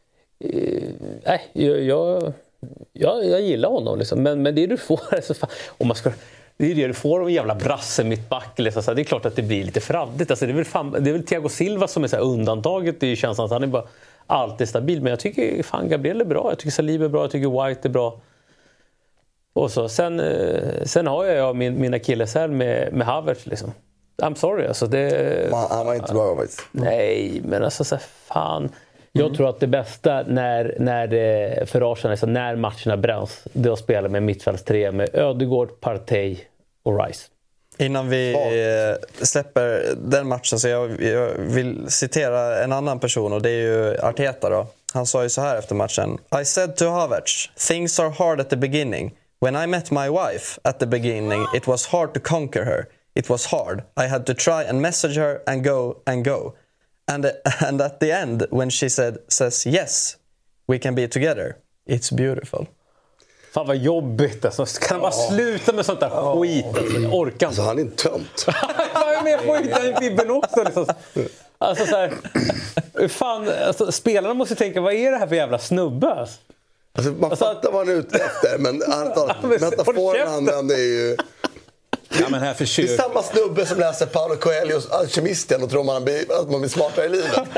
nej, eh, jag... jag... Ja, jag gillar honom liksom. men, men det du får alltså, fan, om man ska, det är det du får av en jävla brasse mitt back liksom, så det är klart att det blir lite fraddigt alltså, det, är väl fan, det är väl Thiago Silva som är så här undantaget. Det är ju känslan att han är bara alltid stabil, men jag tycker fan Gabriel är bra, jag tycker Saliba är bra, jag tycker White är bra. Och så, sen, sen har jag min, mina akilleshäl med, med Havertz liksom. I'm sorry alltså, det, man, han var inte bra faktiskt. Nej, men alltså så här, fan. Jag tror att det bästa när, när det, för Arsenal, alltså när matcherna bränns, det är att spela med mittfältstrea med Ödegaard, Partey och Rice. Innan vi eh, släpper den matchen så jag, jag vill citera en annan person och det är ju Arteta då. Han sa ju så här efter matchen. I said to Havertz, things are hard at the beginning. When I met my wife at the beginning, it was hard to conquer her. It was hard. I had to try and message her and go and go. And, and at the end, when she said, says yes, we can be together, it's beautiful. Fan vad jobbigt alltså. Kan man bara sluta med sånt där oh. skit? Alltså, jag orkar alltså, han är inte tömt. Jag är med på den fibben också. Liksom. Alltså så här, fan, alltså, spelarna måste tänka, vad är det här för jävla snubbe? Alltså, alltså man alltså, fattar vad han är ute efter, men metaforen han använder är ju... Ja, men här försöker... Det är samma snubbe som läser Paulo Coelhos Alkemisten och tror man blir, att man blir smartare i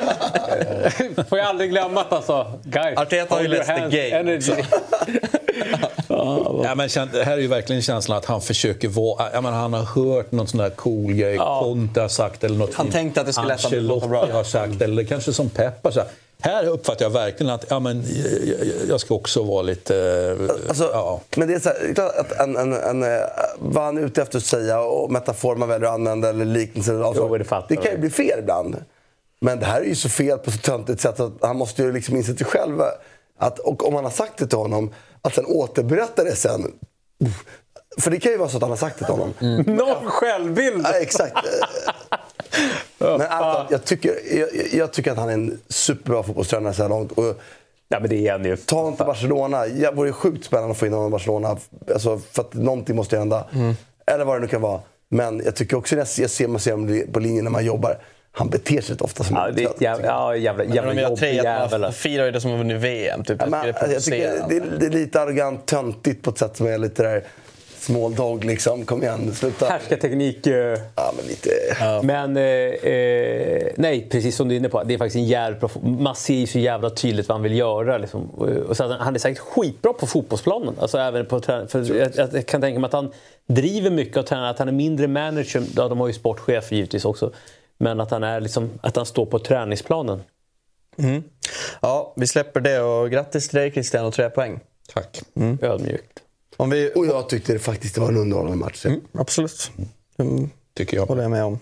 livet. Får jag aldrig glömma att alltså, guys, Arteta har ju läst the game. Ja, men här är ju verkligen känslan att han försöker vara, jag menar, han har hört någon sån där cool grej, ja. Conte har sagt eller något. Han tänkte att det skulle läsa Ancelotti har sagt eller kanske som Pep har sagt. Här uppfattar jag verkligen att ja, men, jag, jag ska också vara lite... Alltså, ja. Men det är så här, att en, en, en, vad han är ute efter att säga och metafor man väljer att använda eller liknelser. Alltså, jo, det, det kan ju bli fel ibland. Men det här är ju så fel på så töntigt sätt att han måste ju liksom inse sig själv. Att, och om han har sagt det till honom, att sen återberätta det sen... För det kan ju vara så att han har sagt det till honom. Mm. Någon självbild! Ja, exakt. Men alltså, jag, tycker, jag, jag tycker att han är en superbra fotbollstränare så här långt. Och ja, men det är han ju. Ta honom till Barcelona. Jag vore sjukt spännande att få in honom i Barcelona. Alltså, för att någonting måste hända. Mm. Eller vad det nu kan vara. Men jag tycker också att jag ser, man ser på linjen när man jobbar. Han beter sig ofta som ja, det är jävla, ja, jävla, jävla de jobbig jävel. Man firar ju det som om det är V M. Typ. Ja, men, jag, jag tycker det, är, det är lite arrogant, töntigt på ett sätt som är lite där small dog liksom. Kom igen, sluta. Härskarteknik. Uh... Ja, men lite... Ja. Men, eh, eh, nej, precis som du är inne på. Det är faktiskt en jävla... Man ser ju så jävla tydligt vad han vill göra. Liksom. Och så han är säkert skitbra på fotbollsplanen. Alltså även på för jag, jag kan tänka mig att han driver mycket och tränar. Att han är mindre manager. Ja, de har ju sportchef givetvis också. Men att han, är liksom, att han står på träningsplanen. Mm. Ja, vi släpper det och grattis till dig Christian och tre poäng. Tack. Mm. Ödmjukt. Om vi... Och jag tyckte det faktiskt det var en underhållande match. Mm, absolut. Mm. Tycker jag. Håller jag med om.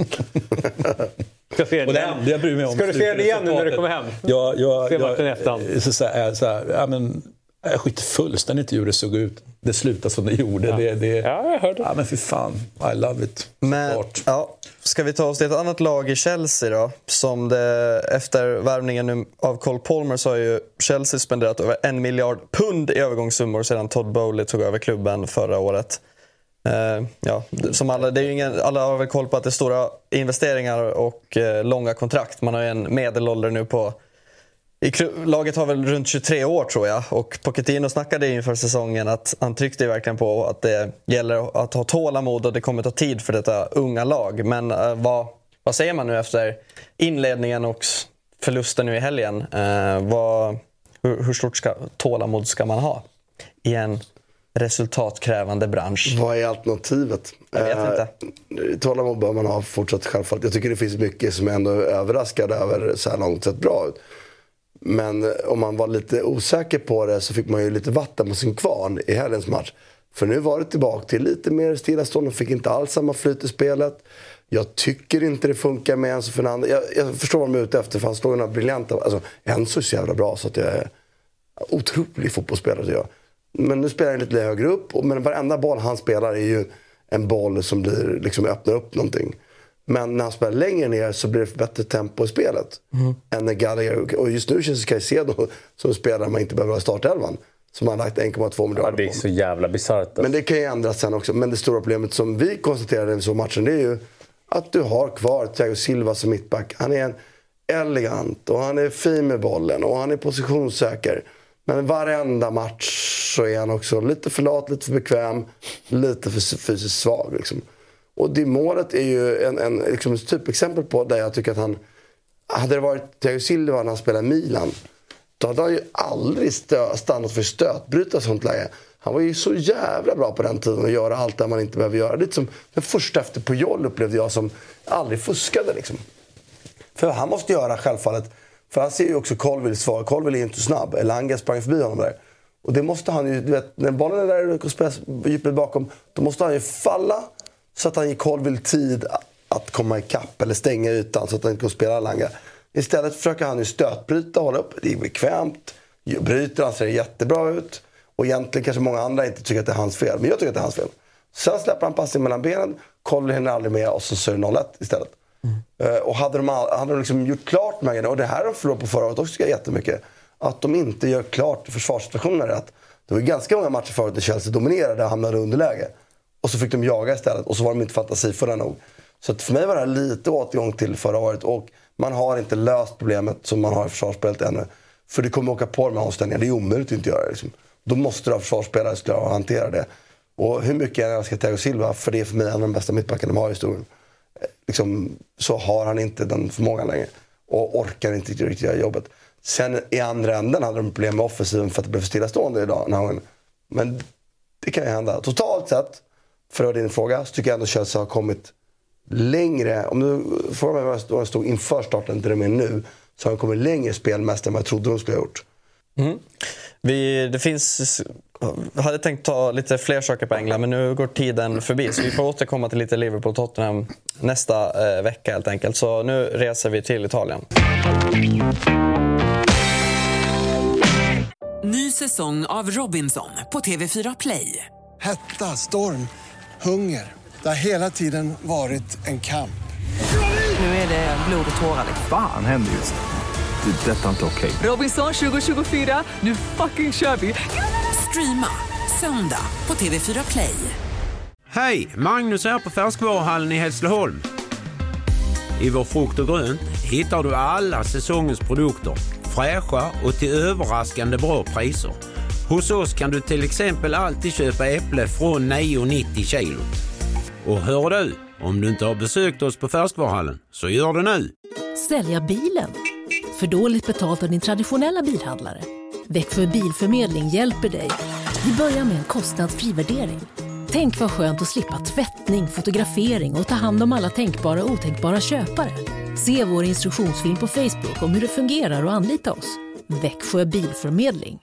Ska se det, jag bryr mig om. Ska du se det igen nu när du kommer hem? Jag, jag, se matchen efter. Så, så här, så här, ja, men, jag skiter fullständigt i hur det såg ut. Det slutade som det gjorde. Ja, det, det, ja jag hörde. Ja, men för fan. I love it. Men, ja, ska vi ta oss till ett annat lag i Chelsea då? Som det, efter värvningen nu av Cole Palmer så har ju Chelsea spenderat över en miljard pund i övergångssummor sedan Todd Bowley tog över klubben förra året. Uh, ja, som alla, det är ju ingen, alla har väl koll på att det är stora investeringar och uh, långa kontrakt. Man har ju en medelålder nu på... I klubb, laget har väl runt tjugotre år tror jag. Och Pochettino snackade inför säsongen att han tryckte verkligen på att det gäller att ha tålamod och det kommer ta tid för detta unga lag. Men uh, vad, vad säger man nu efter inledningen och förlusten nu i helgen? Uh, vad, hur, hur stort ska, tålamod ska man ha i en resultatkrävande bransch? Vad är alternativet? Jag vet inte. Uh, tålamod bör man ha fortsatt självfallet. Jag tycker det finns mycket som ändå är överraskade över så här långt sett bra ut. Men om man var lite osäker på det så fick man ju lite vatten på sin kvarn i helgens match. För nu var det tillbaka till lite mer stillastående och fick inte alls samma flyt i spelet. Jag tycker inte det funkar med Enzo Fernandez. Jag, jag förstår vad de är ute efter för han slår ju några briljanta. Alltså, Enzo är så jävla bra så att jag är otrolig fotbollsspelare. Jag. Men nu spelar han lite högre upp. Men varenda boll han spelar är ju en boll som blir, liksom, öppnar upp någonting. Men när han spelar längre ner så blir det bättre tempo i spelet. Mm. Än när Gallagher. Och just nu känns det Caicedo som spelar man inte behöver ha startelvan. Som har lagt en komma två miljarder på. Ja, det är så jävla bisarrt. Men det kan ju ändras sen också. Men det stora problemet som vi konstaterade i så matchen det är ju att du har kvar Thiago Silva som mittback. Han är en elegant och han är fin med bollen och han är positionssäker. Men varenda match så är han också lite för lat, lite för bekväm, lite för fysiskt svag liksom. Och det målet är ju en, en liksom ett typexempel på där jag tycker att han... Hade det varit Thiago Silva när han spelade Milan, då hade han ju aldrig stö, stannat för stötbryta sånt läge. Han var ju så jävla bra på den tiden att göra allt det man inte behöver göra. Lite som den första efter Puyol upplevde jag som aldrig fuskade liksom. För han måste göra självfallet. För han ser ju också Colville svag. Colville är inte snabb. Elanga sprang förbi honom där. Och det måste han ju... Du vet, när bollen är där och spelar djupt bakom, då måste han ju falla så att han ger Colville tid att komma i kapp eller stänga ytan så att han inte kan spela Elanga. Istället försöker han ju stötbryta och hålla upp. Det är bekvämt. Bryter han ser jättebra ut. Och egentligen kanske många andra inte tycker att det är hans fel. Men jag tycker att det är hans fel. Sen släpper han passningen mellan benen. Colville hinner aldrig med och så är det noll ett istället. Mm. Uh, och hade de, hade de liksom gjort klart med det, och det här har de förlorat på förra året också ska jättemycket, att de inte gör klart försvarssituationer. Att det var ganska många matcher förut där Chelsea dominerade och hamnade underläge. Och så fick de jaga istället. Och så var de inte fantasifulla nog. Så att för mig var det här lite återgång till förra året. Och man har inte löst problemet som man har i försvarsspelet ännu. För det kommer åka på de här omställningarna. Det är omöjligt att inte göra det. Liksom. Då måste du ha försvarsspelare som ska hantera det. Och hur mycket jag älskar Thiago Silva, för det är för mig en av de bästa mittbackarna de har i historien. Liksom, så har han inte den förmågan längre. Och orkar inte riktigt göra jobbet. Sen i andra änden hade de problem med offensiven för att det blev stillastående idag. Men det kan ju hända. Totalt sett, för din fråga, så tycker jag ändå att Chelsea har kommit längre. Om du frågar mig vad jag stod inför starten till det med nu, så har de kommit längre spelmässigt än vad jag trodde de skulle ha gjort. Mm. Vi, det finns, jag hade tänkt ta lite fler saker på England, men nu går tiden förbi, så vi får återkomma till lite Liverpool-Tottenham nästa eh, vecka helt enkelt. Så nu reser vi till Italien. Ny säsong av Robinson på T V fyra Play. Hetta, storm, hunger. Det har hela tiden varit en kamp. Nu är det blod och tårar. Fan händer just det. Det är detta inte okej. Robinson tjugo tjugofyra, nu fucking kör vi. Streama söndag på T V fyra Play. Hej, Magnus här på Färskvaruhallen i Hässleholm. I vår frukt och grönt hittar du alla säsongens produkter, fräscha och till överraskande bra priser. Hos oss kan du till exempel alltid köpa äpple från nio nittio kilo. Och hör du, om du inte har besökt oss på Färskvaruhallen, så gör det nu. Sälja bilen? För dåligt betalt av din traditionella bilhandlare? Växjö Bilförmedling hjälper dig. Vi börjar med en kostnadsfri värdering. Tänk vad skönt att slippa tvättning, fotografering och ta hand om alla tänkbara och otänkbara köpare. Se vår instruktionsfilm på Facebook om hur det fungerar och anlita oss. Växjö Bilförmedling.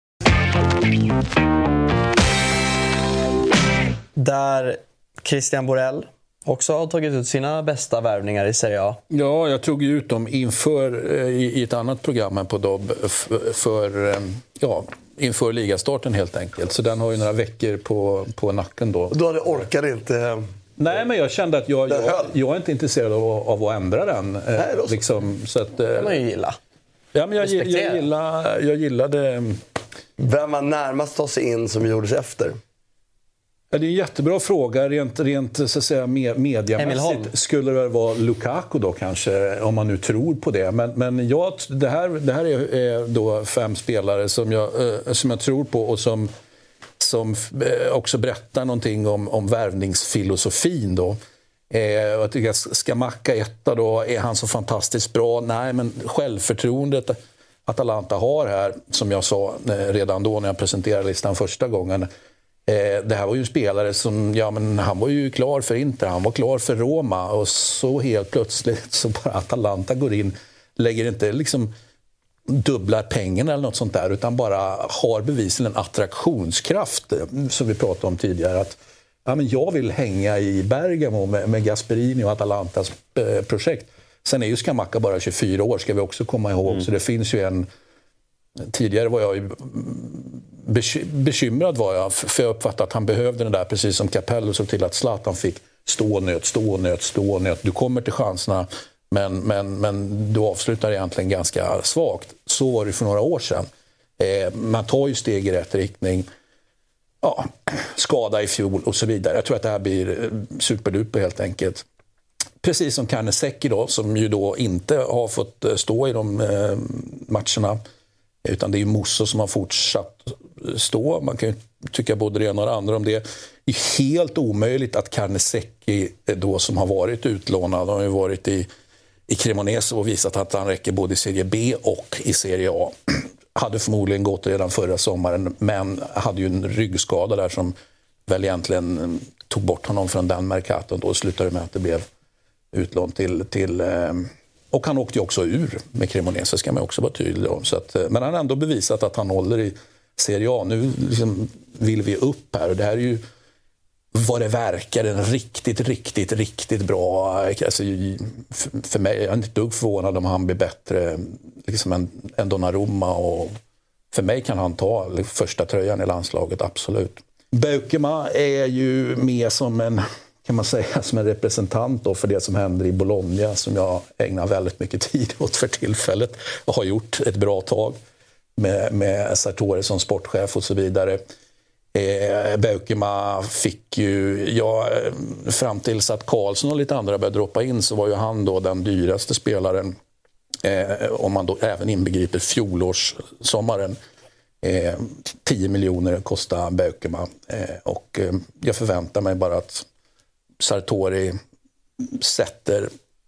Där Christian Borell också har tagit ut sina bästa värvningar i Serie A. Ja, jag tog ut dem inför i, i ett annat program här på Dobb för, för ja, inför ligastarten helt enkelt. Så den har ju några veckor på, på nacken då. Och då hade orkade inte... Nej, men jag kände att jag, jag, jag är inte intresserad av, av att ändra den. Nej, då. Liksom, så att, det kan man ju gilla. Ja, men jag, jag, jag, gillar, jag gillade... Vem var närmast ta sig in som gjordes efter? Ja, det är en jättebra fråga. Rent, rent så att säga, mediamässigt skulle det väl vara Lukaku då kanske, om man nu tror på det. Men, men jag, det, här, det här är, är då fem spelare som jag, eh, som jag tror på och som, som eh, också berättar någonting om, om värvningsfilosofin då. Eh, jag tycker att Scamacca etta då, är han så fantastiskt bra? Nej, men självförtroendet Atalanta har här, som jag sa eh, redan då när jag presenterade listan första gången. Eh, det här var ju en spelare som, ja men han var ju klar för Inter, han var klar för Roma, och så helt plötsligt så bara Atalanta går in, lägger inte liksom dubblar pengarna eller något sånt där, utan bara har bevisligen en attraktionskraft som vi pratade om tidigare, att ja, men jag vill hänga i Bergamo med, med Gasperini och Atalantas eh, projekt. Sen är ju Scamacca bara tjugofyra år, ska vi också komma ihåg, mm. så det finns ju en... Tidigare var jag ju bekymrad var jag, för jag uppfattade att han behövde den där, precis som Capello såg till att Zlatan fick stå nöt, stå nöt, stå nöt. Du kommer till chanserna, men, men, men du avslutar egentligen ganska svagt. Så var det för några år sedan. Eh, man tar ju steg i rätt riktning. Ja, skada i fjol och så vidare. Jag tror att det här blir superduper helt enkelt. Precis som Carnesecchi då, som ju då inte har fått stå i de eh, matcherna. Utan det är ju Musso som har fortsatt stå. Man kan ju tycka både det ena och det andra om det. Det är helt omöjligt att Carnesecchi då, som har varit utlånad, har ju varit i, i Cremonese och visat att han räcker både i Serie B och i Serie A. Hade förmodligen gått redan förra sommaren, men hade ju en ryggskada där som väl egentligen tog bort honom från den Mercaton. Då slutade med att det blev utlån till... till och han åkte ju också ur med Cremonese, ska man också vara tydlig om. Så att, men han har ändå bevisat att han håller i Serie A. Nu liksom vill vi upp här. Och det här är ju vad det verkar en riktigt, riktigt, riktigt bra... Alltså, för mig jag är inte dugg förvånad om han blir bättre liksom än, än Donnarumma. Och för mig kan han ta första tröjan i landslaget, absolut. Beukema är ju mer som en... kan man säga, som en representant då för det som händer i Bologna, som jag ägnar väldigt mycket tid åt för tillfället och har gjort ett bra tag med, med Sartori som sportchef och så vidare. Eh, Beukema fick ju, ja, fram tills att Karlsson och lite andra började droppa in, så var ju han då den dyraste spelaren, eh, om man då även inbegriper fjolårssommaren. Eh, tio miljoner kostar Beukema, eh, och eh, jag förväntar mig bara att Sartori sätter,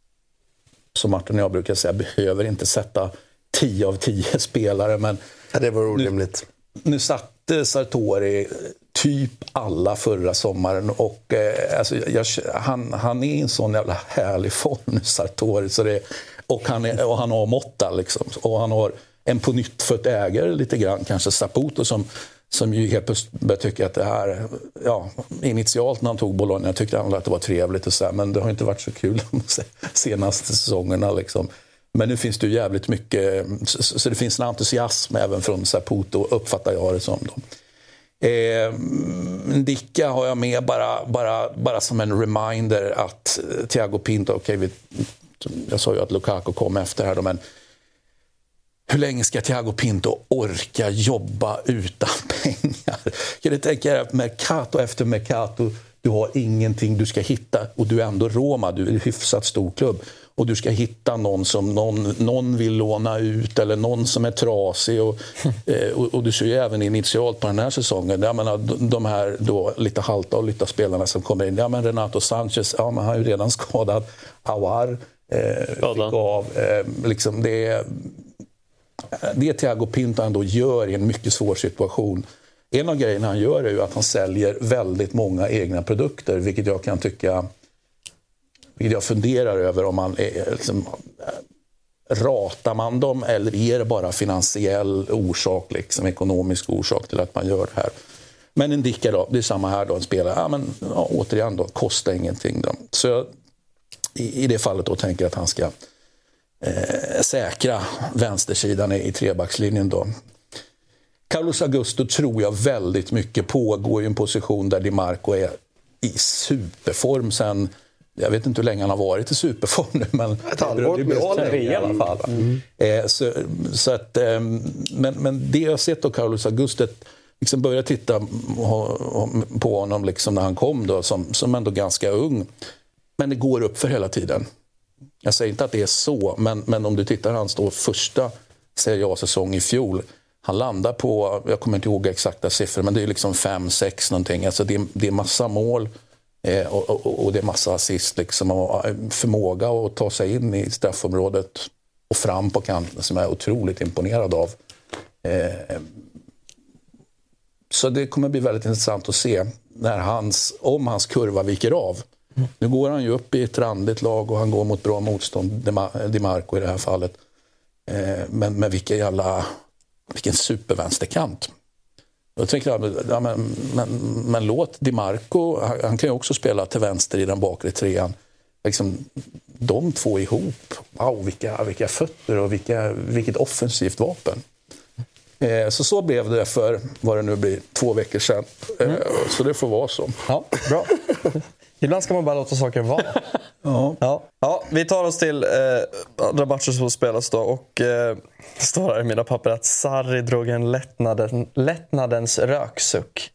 som Martin och jag brukar säga, behöver inte sätta tio av tio spelare, men ja, det var orimligt. Nu, nu satte Sartori typ alla förra sommaren, och eh, alltså, jag, han, han är i en sån jävla härlig form nu, Sartori, så det, Och han, är, och han har måtta liksom. Och han har en på nytt fött ägare lite grann, kanske Saputo, som, som ju helt plötsligt började tycka att det här, ja, initialt när han tog Bologna, jag tyckte han att det var trevligt och så här, men det har inte varit så kul de senaste säsongerna liksom. Men nu finns det ju jävligt mycket, så, så det finns en entusiasm även från Saputo, uppfattar jag det som då. Eh, Ndicka har jag med bara, bara, bara som en reminder att Thiago Pinto, okej, okay, jag sa ju att Lukaku kom efter här då, men hur länge ska Thiago Pinto orka jobba utan pengar? Kan du tänka dig att Mercato efter Mercato, du har ingenting du ska hitta, och du är ändå Roma, du är en hyfsat stor klubb, och du ska hitta någon som någon, någon vill låna ut, eller någon som är trasig, och, och, och du ser ju även initialt på den här säsongen, jag menar, de här då lite halta och lite spelarna som kommer in, ja men Renato Sanchez, ja men han är ju redan skadad, Aouar eh, fick av, eh, liksom det är det Thiago Pinto ändå gör i en mycket svår situation. En av grejerna han gör är ju att han säljer väldigt många egna produkter, vilket jag kan tycka, vilket jag funderar över om man är, liksom, ratar man dem eller är det bara finansiell orsak, liksom ekonomisk orsak till att man gör det här. Men en Ndicka då, det är samma här då, en spelare, ja men ja, återigen då, kostar ingenting då. Så jag, i, i det fallet då tänker jag att han ska Eh, säkra vänstersidan i, i trebackslinjen då. Carlos Augusto tror jag väldigt mycket på, går i en position där Di Marco är i superform sen, jag vet inte hur länge han har varit i superform nu, men ett halvår i alla fall. Mm. Eh, så, så att, eh, men, men det jag har sett av Carlos Augusto, liksom börja titta på honom liksom när han kom då, som, som ändå ganska ung, men det går upp för hela tiden. Jag säger inte att det är så, men, men om du tittar hans då första Serie A-säsong i fjol, han landar på, jag kommer inte ihåg exakta siffror, men det är liksom fem sex någonting. Alltså det, det är massa mål eh, och, och, och det är massa assist liksom, och förmåga att ta sig in i straffområdet och fram på kanten som jag är otroligt imponerad av. Eh, så det kommer bli väldigt intressant att se när hans, om hans kurva viker av. Mm. Nu går han ju upp i ett randigt lag och han går mot bra motstånd, Di Marco i det här fallet. Eh, men med vilka jävla, vilken supervänsterkant. Då tänker jag, ja, men, men, men låt Di Marco, han, han kan ju också spela till vänster i den bakre trean. Liksom, de två ihop, wow, vilka, vilka fötter och vilka, vilket offensivt vapen. Eh, så så blev det för, vad det nu blir, två veckor sedan. Eh, mm. Så det får vara så. Ja, bra. Ibland ska man bara låta saker vara. Ja. Ja. Ja, vi tar oss till eh, andra matcher som spelas då. Och eh, det står här i mina papper att Sarri drog en lättnaden, lättnadens röksuck.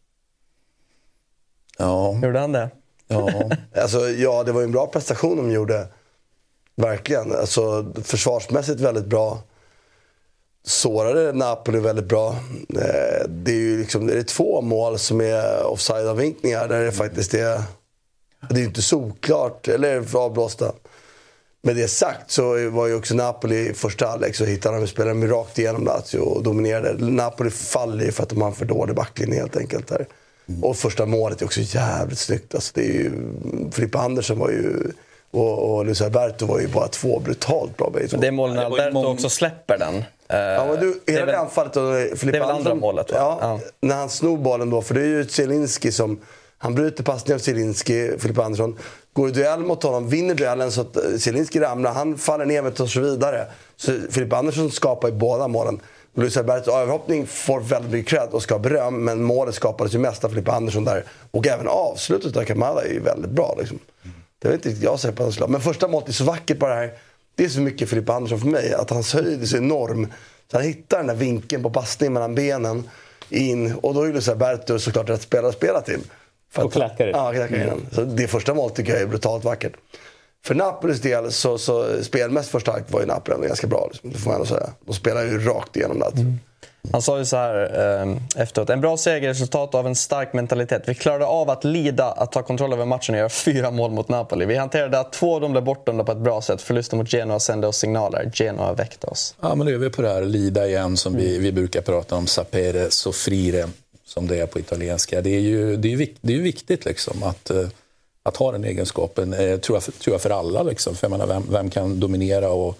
Ja. Gjorde han det? Ja. Alltså, ja, det var ju en bra prestation de gjorde. Verkligen. Alltså, försvarsmässigt väldigt bra. Sårade Napoli väldigt bra. Det är ju liksom, det är två mål som är offside-avvinkningar där det faktiskt är, det är ju inte såklart eller avblåsta. Med det sagt så var ju också Napoli i första halvlek, så hittade de spelare rakt igenom Lazio och dominerade. Napoli faller ju för att de har en för dålig backlinje helt enkelt där. Mm. Och första målet är också jävligt snyggt. Alltså det är ju, Filippo Andersson var ju, och, och Luis Alberto var ju bara två brutalt bra. Det är målen när Alberto mång... också släpper den. Ja, men du, hela det, anfallet och det är väl andra målet, va? Ja, ja, när han snor bollen då, för det är ju Zielinski som, han bryter passningen av Zielinski, Filippo Andersson, går i duell mot honom, vinner duellen så att Zielinski ramlar, han faller ner och så vidare. Så Filippo Andersson skapar ju båda målen. Luis Albertos överhoppning får väldigt mycket cred och ska beröm, men målet skapades ju mest av Filippo Andersson där. Och även avslutet av Kamada är ju väldigt bra liksom. Det vet inte jag säger på hans slag. Men första målet är så vackert på det här. Det är så mycket Filippo Andersson för mig, att hans höjd är så enorm. Så han hittar den där vinkeln på passningen mellan benen in, och då är Luis Alberto såklart rätt spelare att spela till. För och klackar det. Ja, klackar mm. Så det första målet tycker jag är brutalt vackert. För Napolis del så, så spelmässigt första akt var ju Napoli ganska bra liksom, det får man ändå säga. De spelar ju rakt igenom det. Mm. Han sa ju så här eh, efteråt: en bra seger, resultat av en stark mentalitet. Vi klarade av att lida, att ta kontroll över matchen och göra fyra mål mot Napoli. Vi hanterade att två av dem blev bortdömda på ett bra sätt. Förlusten mot Genoa sände oss signaler. Genoa väckte oss. Ja, men nu är vi på det här lida igen som mm. vi, vi brukar prata om, sapere, soffrire, som det är på italienska. Det är ju, det är ju, det är ju viktigt liksom att, att ha den egenskapen, eh, tror, jag, tror jag för alla liksom. För jag menar, vem, vem kan dominera och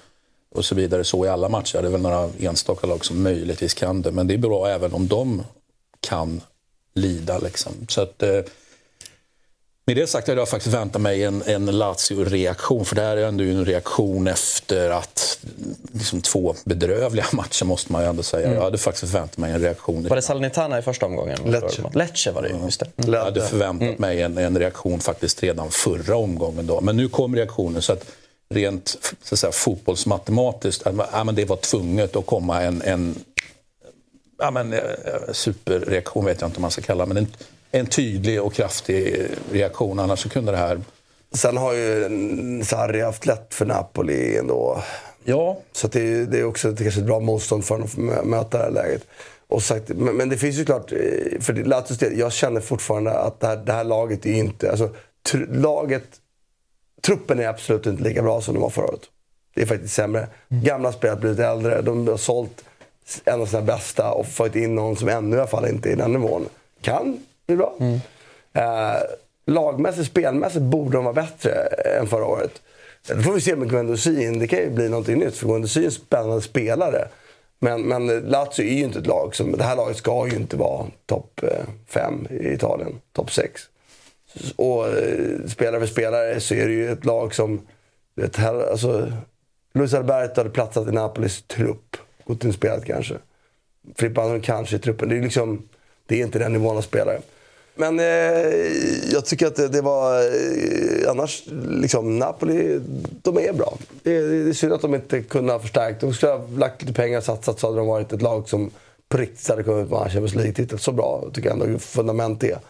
och så vidare så i alla matcher. Det är väl några enstaka lag som möjligtvis kan det, men det är bra även om de kan lida liksom. Så att eh, med det sagt, jag faktiskt väntat mig en, en Lazio-reaktion, för det här är ändå en reaktion efter att liksom, två bedrövliga matcher måste man ju ändå säga. Mm. Jag hade faktiskt väntat mig en reaktion. Var det Salernitana i första omgången? Lecce. Lecce var det, just det. Mm. Jag hade förväntat mm. mig en, en reaktion faktiskt redan förra omgången då. Men nu kom reaktionen, så att rent så att säga, fotbollsmatematiskt, ja, men det var tvunget att komma en, en ja, men, superreaktion, vet jag inte om man ska kalla, men en En tydlig och kraftig reaktion, annars så kunde det här... Sen har ju Sarri haft lätt för Napoli ändå. Ja. Så det är, det är också det är kanske ett bra motstånd för att möta det här läget. Och sagt, men, men det finns ju klart, för det, jag känner fortfarande att det här, det här laget är inte... Alltså, tr, laget, truppen är absolut inte lika bra som de var förra året. Det är faktiskt sämre. Mm. Gamla spelare har blivit äldre, de har sålt en av sina bästa och fått in någon som ännu i alla fall inte är i den nivån. Kan... Det är bra. Mm. Eh, lagmässigt, spelmässigt borde de vara bättre än förra året. Då får vi se med Guendouzi. Det kan ju bli någonting nytt, för Guendouzi är en spännande spelare. Men, men Lazio är ju inte ett lag som... Det här laget ska ju inte vara topp fem i Italien. Topp sex. Och eh, spelare för spelare så är det ju ett lag som... Vet, här, alltså, Luis Alberto hade platsat i Napolis trupp. Gått in spelat kanske. Filippo Anselmi kanske i truppen. Det är liksom... Det är inte den nivån av spelare. Men eh, jag tycker att det, det var... Eh, annars, liksom, Napoli, de är bra. Det, det är synd att de inte kunde ha förstärkt. De skulle ha lagt lite pengar och satsat, så hade de varit ett lag som på riktigt hade kommit med Champions League-titel. Så bra, tycker jag ändå fundament är.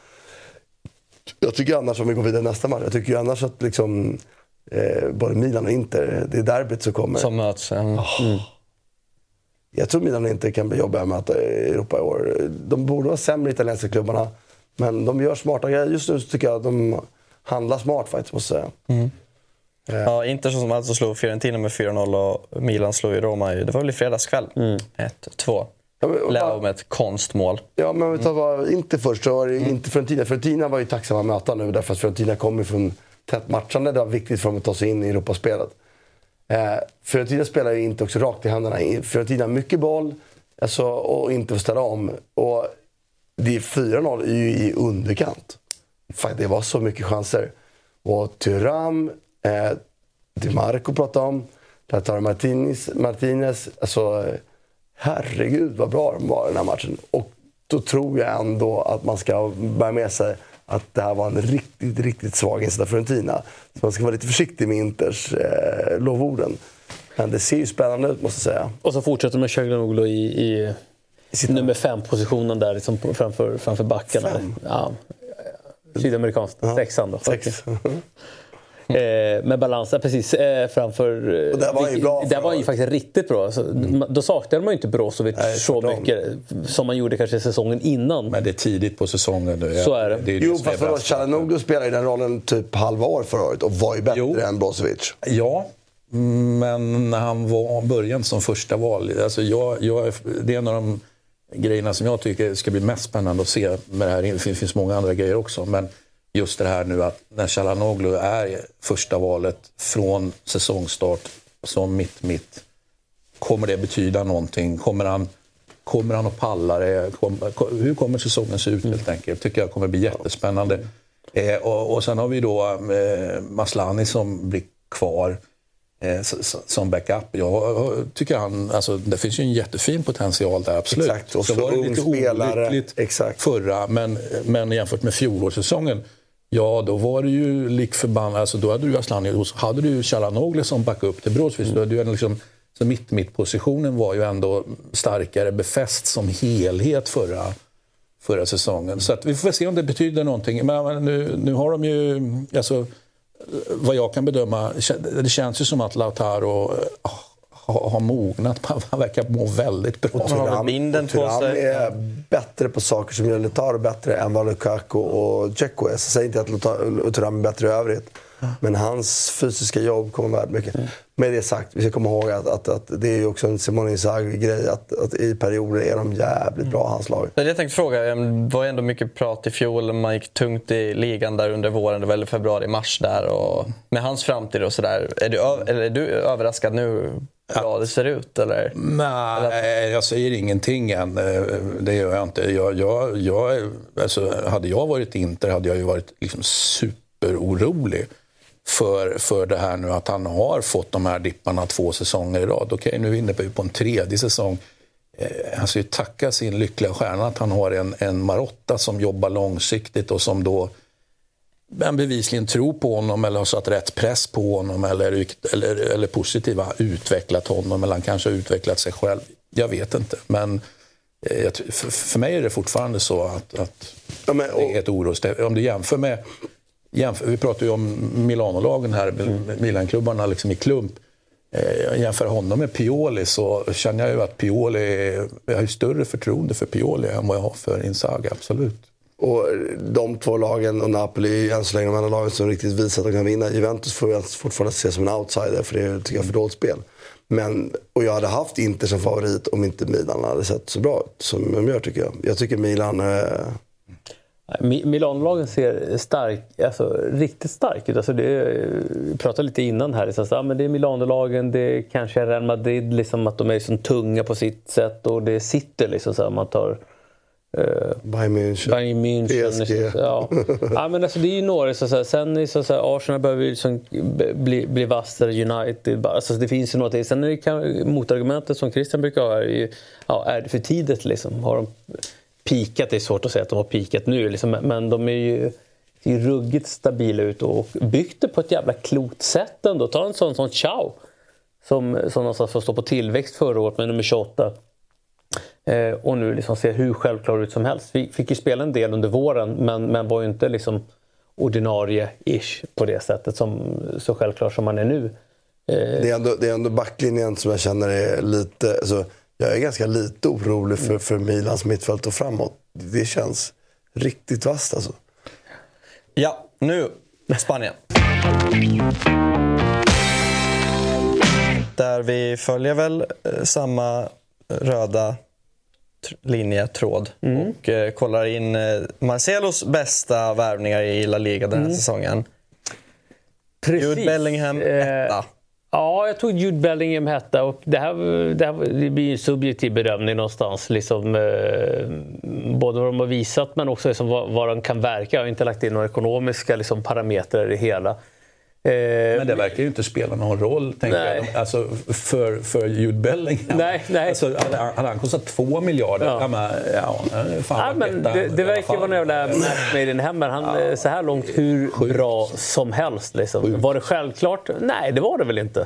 Jag tycker annars, om vi går vidare nästa match, jag tycker annars att liksom, eh, både Milan och Inter, det är derbyt som kommer. Som möts. Mm. Oh. Jag tror Milan inte kan bli jobbiga med att Europa i år. De borde vara sämre italienska klubbarna. Men de gör smarta grejer. Just nu tycker jag att de handlar smart faktiskt, måste jag säga. Mm. Eh. Ja, Inter som alltså slog Fiorentina med fyra noll och Milan slog i Roma. Det var väl i fredagskväll. Mm. ett två. Ja, Leo med ett konstmål. Ja, men vi tar bara inte först. Så var det mm. inte Fiorentina. Fiorentina var ju tacksamma att möta nu. Därför att Fiorentina kommer från tätt matchande. Det var viktigt för dem att ta sig in i Europaspelet. Eh, Fiorentina spelar ju inte också rakt i händerna. Fiorentina har mycket boll, alltså, och inte får ställa om. Och det är fyra noll är ju i underkant. Fan, det var så mycket chanser. Och Thuram, eh, Di Marco pratade om, Lautaro Martinez, Martinez, alltså herregud vad bra de var i den här matchen. Och då tror jag ändå att man ska bära med sig att det här var en riktigt, riktigt svag insats för Fiorentina. Så man ska vara lite försiktig med Inters eh, lovorden. Men det ser ju spännande ut, måste jag säga. Och så fortsätter de med Calhanoglu i, i, I nummer fem-positionen där liksom framför, framför backarna. Ja, sydamerikanskt. Ja. Sexan då. Sex. Eh, med balans, precis eh, framför... Och det var ju bra. Det var ju faktiskt riktigt bra. Så, mm. Då saknade man ju inte Brozovic Nej, så mycket som man gjorde kanske säsongen innan. Men det är tidigt på säsongen nu. Så är det. det, är jo, fast för Calhanoglu spelade i den rollen typ halva år förra året och var ju bättre jo. än Brozovic. Ja, men när han var början som första val, alltså jag, jag, det är en av de grejerna som jag tycker ska bli mest spännande att se med det här. Det finns, finns många andra grejer också, men just det här nu att när Calhanoglu är första valet från säsongstart som mitt-mitt, kommer det betyda någonting? Kommer han, kommer han att palla det? Kom, hur kommer säsongen se ut helt enkelt? Tycker jag kommer bli jättespännande. Eh, och, och sen har vi då eh, Maslany som blir kvar eh, som backup. Jag tycker han, alltså det finns ju en jättefin potential där, absolut. Exakt, och så var det lite olyckligt Exakt. förra, men, men jämfört med fjolårssäsongen, ja, då var det ju lik förbannat. Alltså, då hade du Asllani och så hade du Calhanoglu som backup till Brozovic. Mm. Då hade du liksom, så mitt, mitt-positionen var ju ändå starkare befäst som helhet förra, förra säsongen. Så att vi får väl se om det betyder någonting. Men nu, nu har de ju, alltså, vad jag kan bedöma, det känns ju som att Lautaro har, har mognat. Han verkar må väldigt bra. Och Thuram, och Thuram är bättre på saker som gör Lautaro bättre än vad Lukaku och Dzeko är. Så säger inte att Thuram är bättre i övrigt. Men hans fysiska jobb kommer värd mycket. Mm. Med det sagt, vi ska komma ihåg att, att, att det är ju också en Simone Inzaghi-grej att, att i perioder är de jävligt bra, hans lag. Jag tänkte fråga, det var ändå mycket prat i fjol, man gick tungt i ligan där under våren, det var väl februari, mars där, och med hans framtid och sådär. Är du, eller är du överraskad nu hur bra det ser ut? Eller? Nej, eller? Jag säger ingenting än. Det gör jag inte. Jag, jag, jag, alltså, hade jag varit Inter hade jag ju varit liksom superorolig för, för det här nu att han har fått de här dipparna två säsonger i rad. Okej, nu är vi inne på en tredje säsong. Han ska ju tacka sin lyckliga stjärna att han har en, en Marotta som jobbar långsiktigt och som då men bevisligen tror på honom eller har satt rätt press på honom eller, eller, eller positiva utvecklat honom eller han kanske har utvecklat sig själv. Jag vet inte, men eh, för, för mig är det fortfarande så att, att ja, men, och... det är ett orostecken. Om du jämför med, jämför, vi pratar ju om Milano-lagen här, mm. Milan-klubbarna liksom i klump. Eh, jämför honom med Pioli så känner jag ju att Pioli, jag har ju större förtroende för Pioli än vad jag har för Inzaghi, absolut. Och de två lagen och Napoli än så länge de andra lagen som riktigt visar att de kan vinna. Juventus får jag fortfarande se som en outsider för det tycker jag är för dåligt spel. Men, och jag hade haft Inter som favorit om inte Milan hade sett så bra ut som de gör tycker jag. Jag tycker Milan... Eh... Milan-lagen ser stark, alltså, riktigt stark ut. Alltså det, vi pratade lite innan här. Liksom, så, ja, men det är Milan-lagen, det kanske är Real Madrid, liksom, att de är så tunga på sitt sätt. Och det sitter liksom så här, man tar... Uh, Bayern München, Bayern München P S G. Ja. Ja, men alltså, det är ju några så, så här, sen är så, så här, Arsenal behöver ju liksom bli, bli vassare, United alltså, det finns ju något till. Sen är det kan, motargumentet som Christian brukar ha är ju, ja, är det för tidigt liksom? Har de pikat? Det är svårt att säga att de har pikat nu liksom, men de är ju, är ju ruggigt stabila ut och byggt det på ett jävla klokt sätt ändå. Ta en sån som Ciao som, som någonstans får stå på tillväxt förra året med nummer tjugoåtta. Eh, och nu liksom ser hur självklar ut som helst. Vi fick ju spela en del under våren men, men var ju inte liksom ordinarie-ish på det sättet som, så självklart som man är nu. Eh. Det är ändå, det är ändå backlinjen som jag känner är lite... Alltså, jag är ganska lite orolig för, för Milans mittfält och framåt. Det känns riktigt vasst alltså. Ja, nu Spanien. Där vi följer väl eh, samma röda linje, tråd mm. och eh, kollar in eh, Marcelos bästa värvningar i La Liga den här mm. säsongen. Precis. Jude Bellingham etta. Eh, ja, jag tog Jude Bellingham etta och det här, det här det blir en subjektiv bedömning någonstans. Liksom, eh, både vad de har visat men också liksom vad, vad de kan verka. Jag har inte lagt in några ekonomiska liksom, parametrar i det hela. Men det verkar ju inte spela någon roll tänker jag. Alltså, för, för Jude Bellingham. Nej, nej. Alltså, hade han kostat två miljarder? Ja. Ja, men, ja, fan, ja, men det, det verkar vara en jävla match med den hemma. Han är ja. så här långt hur Sjukt. bra som helst. Liksom. Var det självklart? Nej, det var det väl inte.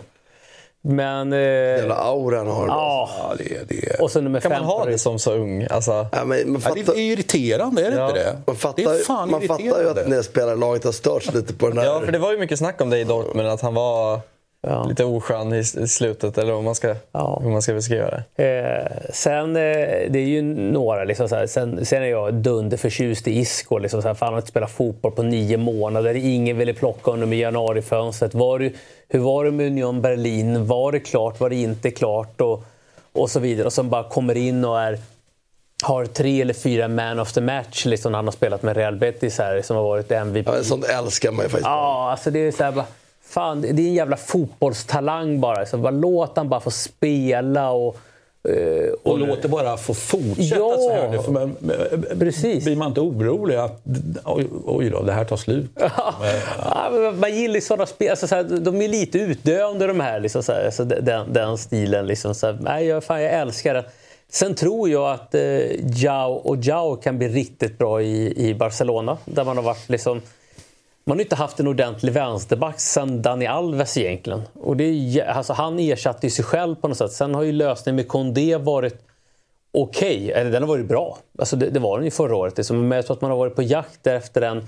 Men... Eh, Jävla auran har det. Ja, ja det, det. Och så nummer kan fem man ha det som så ung? Alltså. Ja, men man fattar... ja, det är irriterande, är det ja. inte det? Man fattar, det är fan man fattar ju att när spelarlaget har störts lite på den här... Ja, för det var ju mycket snack om det i Dortmund, att han var ja. lite oskön i, i slutet, eller hur man ska, ja. hur man ska beskriva det. Eh, sen, eh, det är ju några, liksom så här, sen, sen är jag dunderförtjust i Isco, liksom så här, för han har inte spelat fotboll på nio månader, ingen ville plocka honom i januarifönstret. Var det, hur var det med Union Berlin? Var det klart? Var det inte klart? Och, och så vidare. Och som bara kommer in och är, har tre eller fyra man of the match liksom, när han har spelat med Real Betis här, som har varit M V P. Ja, sånt älskar man ju faktiskt. Ja, alltså det är så här bara, fan, det är en jävla fotbollstalang bara. Så bara låt han bara få spela och... Och, och låt det bara få fortsätta ja, så här nu. För man, precis. Blir man inte orolig att oj, oj då, det här tar slut? Ja, men, man gillar sådana spel. Alltså, så här, de är lite utdöende de här. Liksom, så här alltså, den, den stilen. Liksom, så här, nej, jag, fan, jag älskar den. Sen tror jag att eh, Joao och Joao kan bli riktigt bra i, i Barcelona. Där man har varit liksom... Man har inte haft en ordentlig vänsterback sedan Dani Alves egentligen. Och det är, alltså, han ersatte sig själv på något sätt. Sen har ju lösningen med Condé varit okej. Okay. Eller den har varit bra. Alltså det, det var den ju förra året. Liksom. Men jag tror att man har varit på jakt efter en,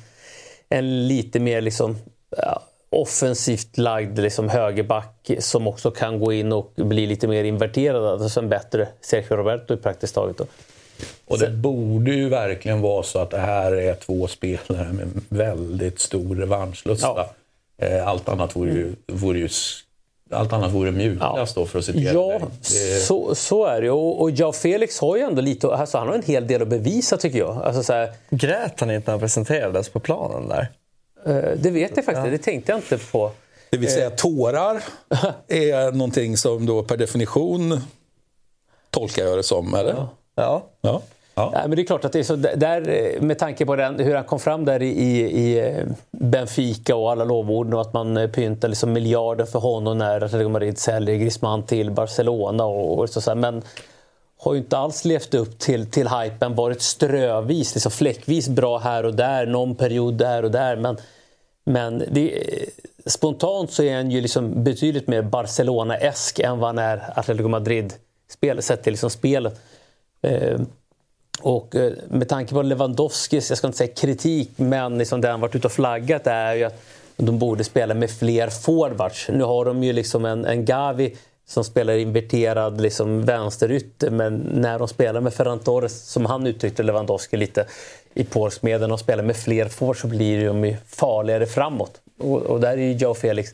en lite mer liksom, ja, offensivt lagd liksom, högerback som också kan gå in och bli lite mer inverterad. Alltså en bättre Sergio Roberto i praktiskt taget. Då. Och det borde ju verkligen vara så att det här är två spelare med väldigt stor revanschlusta. Ja. Eh, allt annat vore ju, vore ju allt annat vore mjukast, ja. Då, för att citera ja, dig. Det... Så, så är det. Och, och Joao Felix har ju ändå lite, alltså han har en hel del att bevisa, tycker jag. Alltså, så här, grät han inte när han presenterades på planen där? Eh, det vet jag faktiskt, ja. Det tänkte jag inte på. Det vill säga, tårar är någonting som då per definition tolkar jag det som, eller? Ja. Ja. Ja. Ja. Nej, men det är klart att det är så där, med tanke på den, hur han kom fram där i, i Benfica och alla lovorden och att man pyntar liksom miljarder för honom när Atletico Madrid säljer Griezmann till Barcelona och, och så, så här, men har ju inte alls levt upp till, till hypen, varit strövis, liksom fläckvis bra här och där, någon period där och där, men, men det, spontant så är han ju liksom betydligt mer Barcelona-esk än vad han är Atletico Madrid-spel, sett till liksom spelet. Eh, Och med tanke på Lewandowskis, jag ska inte säga kritik, men liksom det han varit ute och flaggat är ju att de borde spela med fler forwards. Nu har de ju liksom en, en Gavi som spelar inverterad liksom vänsterytter, men när de spelar med Ferran Torres, som han uttryckte Lewandowski lite i påsmeden, och spelar med fler forwards så blir de ju farligare framåt. Och, och där är ju Joao Felix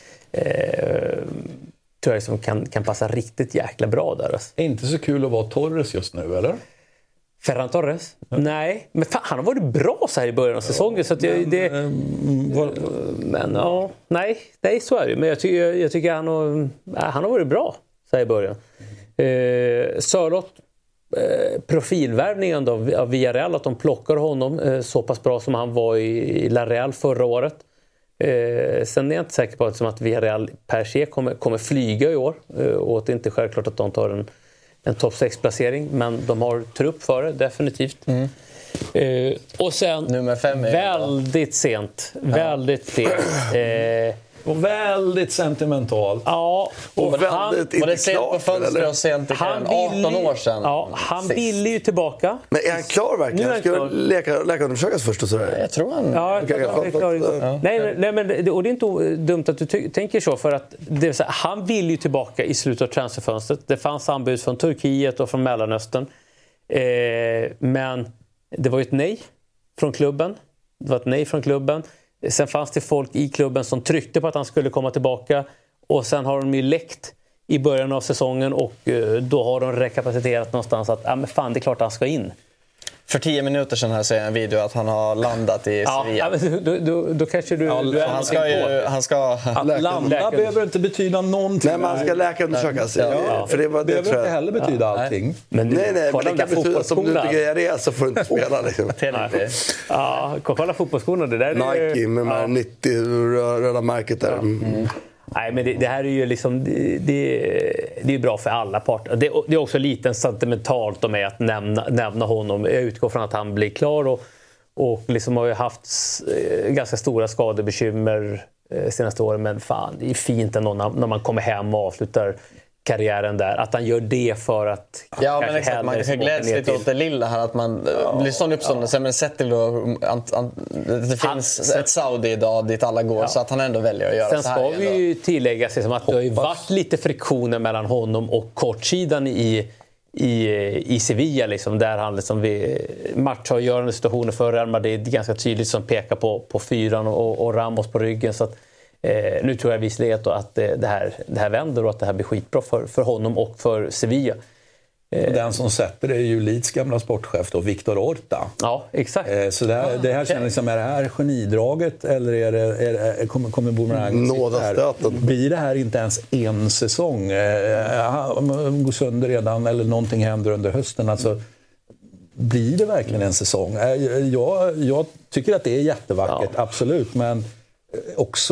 eh, tror jag som kan, kan passa riktigt jäkla bra där. Alltså. Är inte så kul att vara Torres just nu, eller? Ferran Torres? Ja. Nej, men fan, han har varit bra så här i början av säsongen. Ja, så att jag, men, det, ähm, var... men ja, nej, nej, så är det. Men jag, ty- jag, jag tycker han har, han har varit bra så här i början. Eh, Sörlott, eh, profilvärvningen då, av Villarreal, att de plockar honom eh, så pass bra som han var i, i La Real förra året. Eh, sen är jag inte säker på att, som att Villarreal per se kommer, kommer flyga i år. Eh, och att det inte är självklart att de tar en en topp sex-placering, men de har trupp för det, definitivt. Mm. Eh, och sen, nummer fem är väldigt sent. Ja. Väldigt sent. Eh, och väldigt sentimental. Ja. Och, och väldigt han, inte var det sent på fönstret och sent han arton år sedan? Ja, han ville ju tillbaka. Men är han klar verkligen? Han ska läka, läkarundersökas först och sådär? Jag tror han... Ja, jag tror han är klar. Ja. Nej, nej, men, och det är inte dumt att du ty- tänker så, för att det är så här, han vill ju tillbaka i slutet av transferfönstret. Det fanns anbud från Turkiet och från Mellanöstern. Eh, men det var ju ett nej från klubben. Det var ett nej från klubben. Sen fanns det folk i klubben som tryckte på att han skulle komma tillbaka. Och sen har de ju läckt i början av säsongen. Och då har de rekapaciterat någonstans att ah, men fan, det är klart att han ska in. För tio minuter sedan här ser jag en video att han har landat i ja, Sevilla. Ja, men då, då, då kanske du... Ja, du han ska ju... Han ska... Att landa läkare. Behöver inte betyda någonting. Nej, man ska läkarundersökas. Ja, ja. För det, var, det behöver inte heller betyda ja. allting. Men nej, nej, men det kan betyda att om du inte grejer det så får du inte spela. Liksom. Ja, kolla fotbollsskorna. Det där är... Nike med de här nittio röda märket där. Mm. Mm. Nej, men det, det här är ju liksom det, det, det är bra för alla parter. Det, det är också lite sentimentalt om mig att nämna, nämna honom. Jag utgår från att han blir klar och, och liksom har ju haft ganska stora skadebekymmer senaste åren, men fan, det är fint ändå när, när man kommer hem och avslutar karriären där, att han gör det för att ja, men exakt, man kan glädjas lite åt det lilla här att man ja, blir sån uppståndelse ja. Men sett till då att, att det finns han, ett Saudi idag dit alla går ja. Så att han ändå väljer att göra sen så här. Sen ska vi ju tillägga sig som att det har ju varit lite friktioner mellan honom och kortsidan i i, i Sevilla liksom, där han liksom vid matchavgörande situationer för Real Madrid ganska tydligt som pekar på, på fyran och, och Ramos på ryggen, så att Eh, nu tror jag visserligen att det, det, här, det här vänder och att det här blir skitbra för, för honom och för Sevilla. Eh, Den som sätter det är ju Leeds gamla sportchef då, Victor Orta. Ja, exakt. Eh, så det här, ah, det här okay. känns liksom, är det här genidraget eller är det, är det, kommer, kommer Boomerang nådastöten? Blir det här inte ens en säsong? Eh, går sönder redan eller någonting händer under hösten? Alltså, blir det verkligen en säsong? Eh, jag, jag tycker att det är jättevackert, ja. Absolut, men också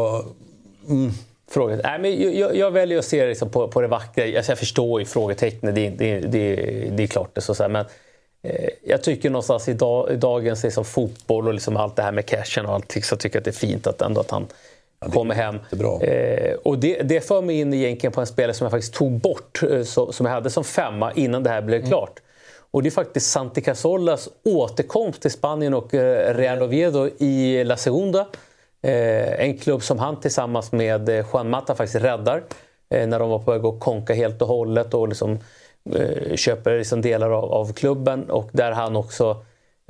mm. frågan. Nej, men jag, jag väljer att se liksom på, på det vackra. Alltså jag förstår ju frågetecknet, det, det, det, det är klart det så, så här, men eh, jag tycker någonstans i, dag, i dagens liksom, fotboll och liksom allt det här med cashen och allt, så tycker jag att det är fint att, ändå att han ja, kommer hem. Eh, och det, det för mig in egentligen på en spelare som jag faktiskt tog bort, eh, så, som jag hade som femma innan det här blev mm. klart. Och det är faktiskt Santi Cazorlas återkomst till Spanien och eh, Real Oviedo i La Segunda. Eh, en klubb som han tillsammans med eh, Juan Mata faktiskt räddar eh, när de var på väg att konka helt och hållet och liksom, eh, köper liksom delar av, av klubben, och där han också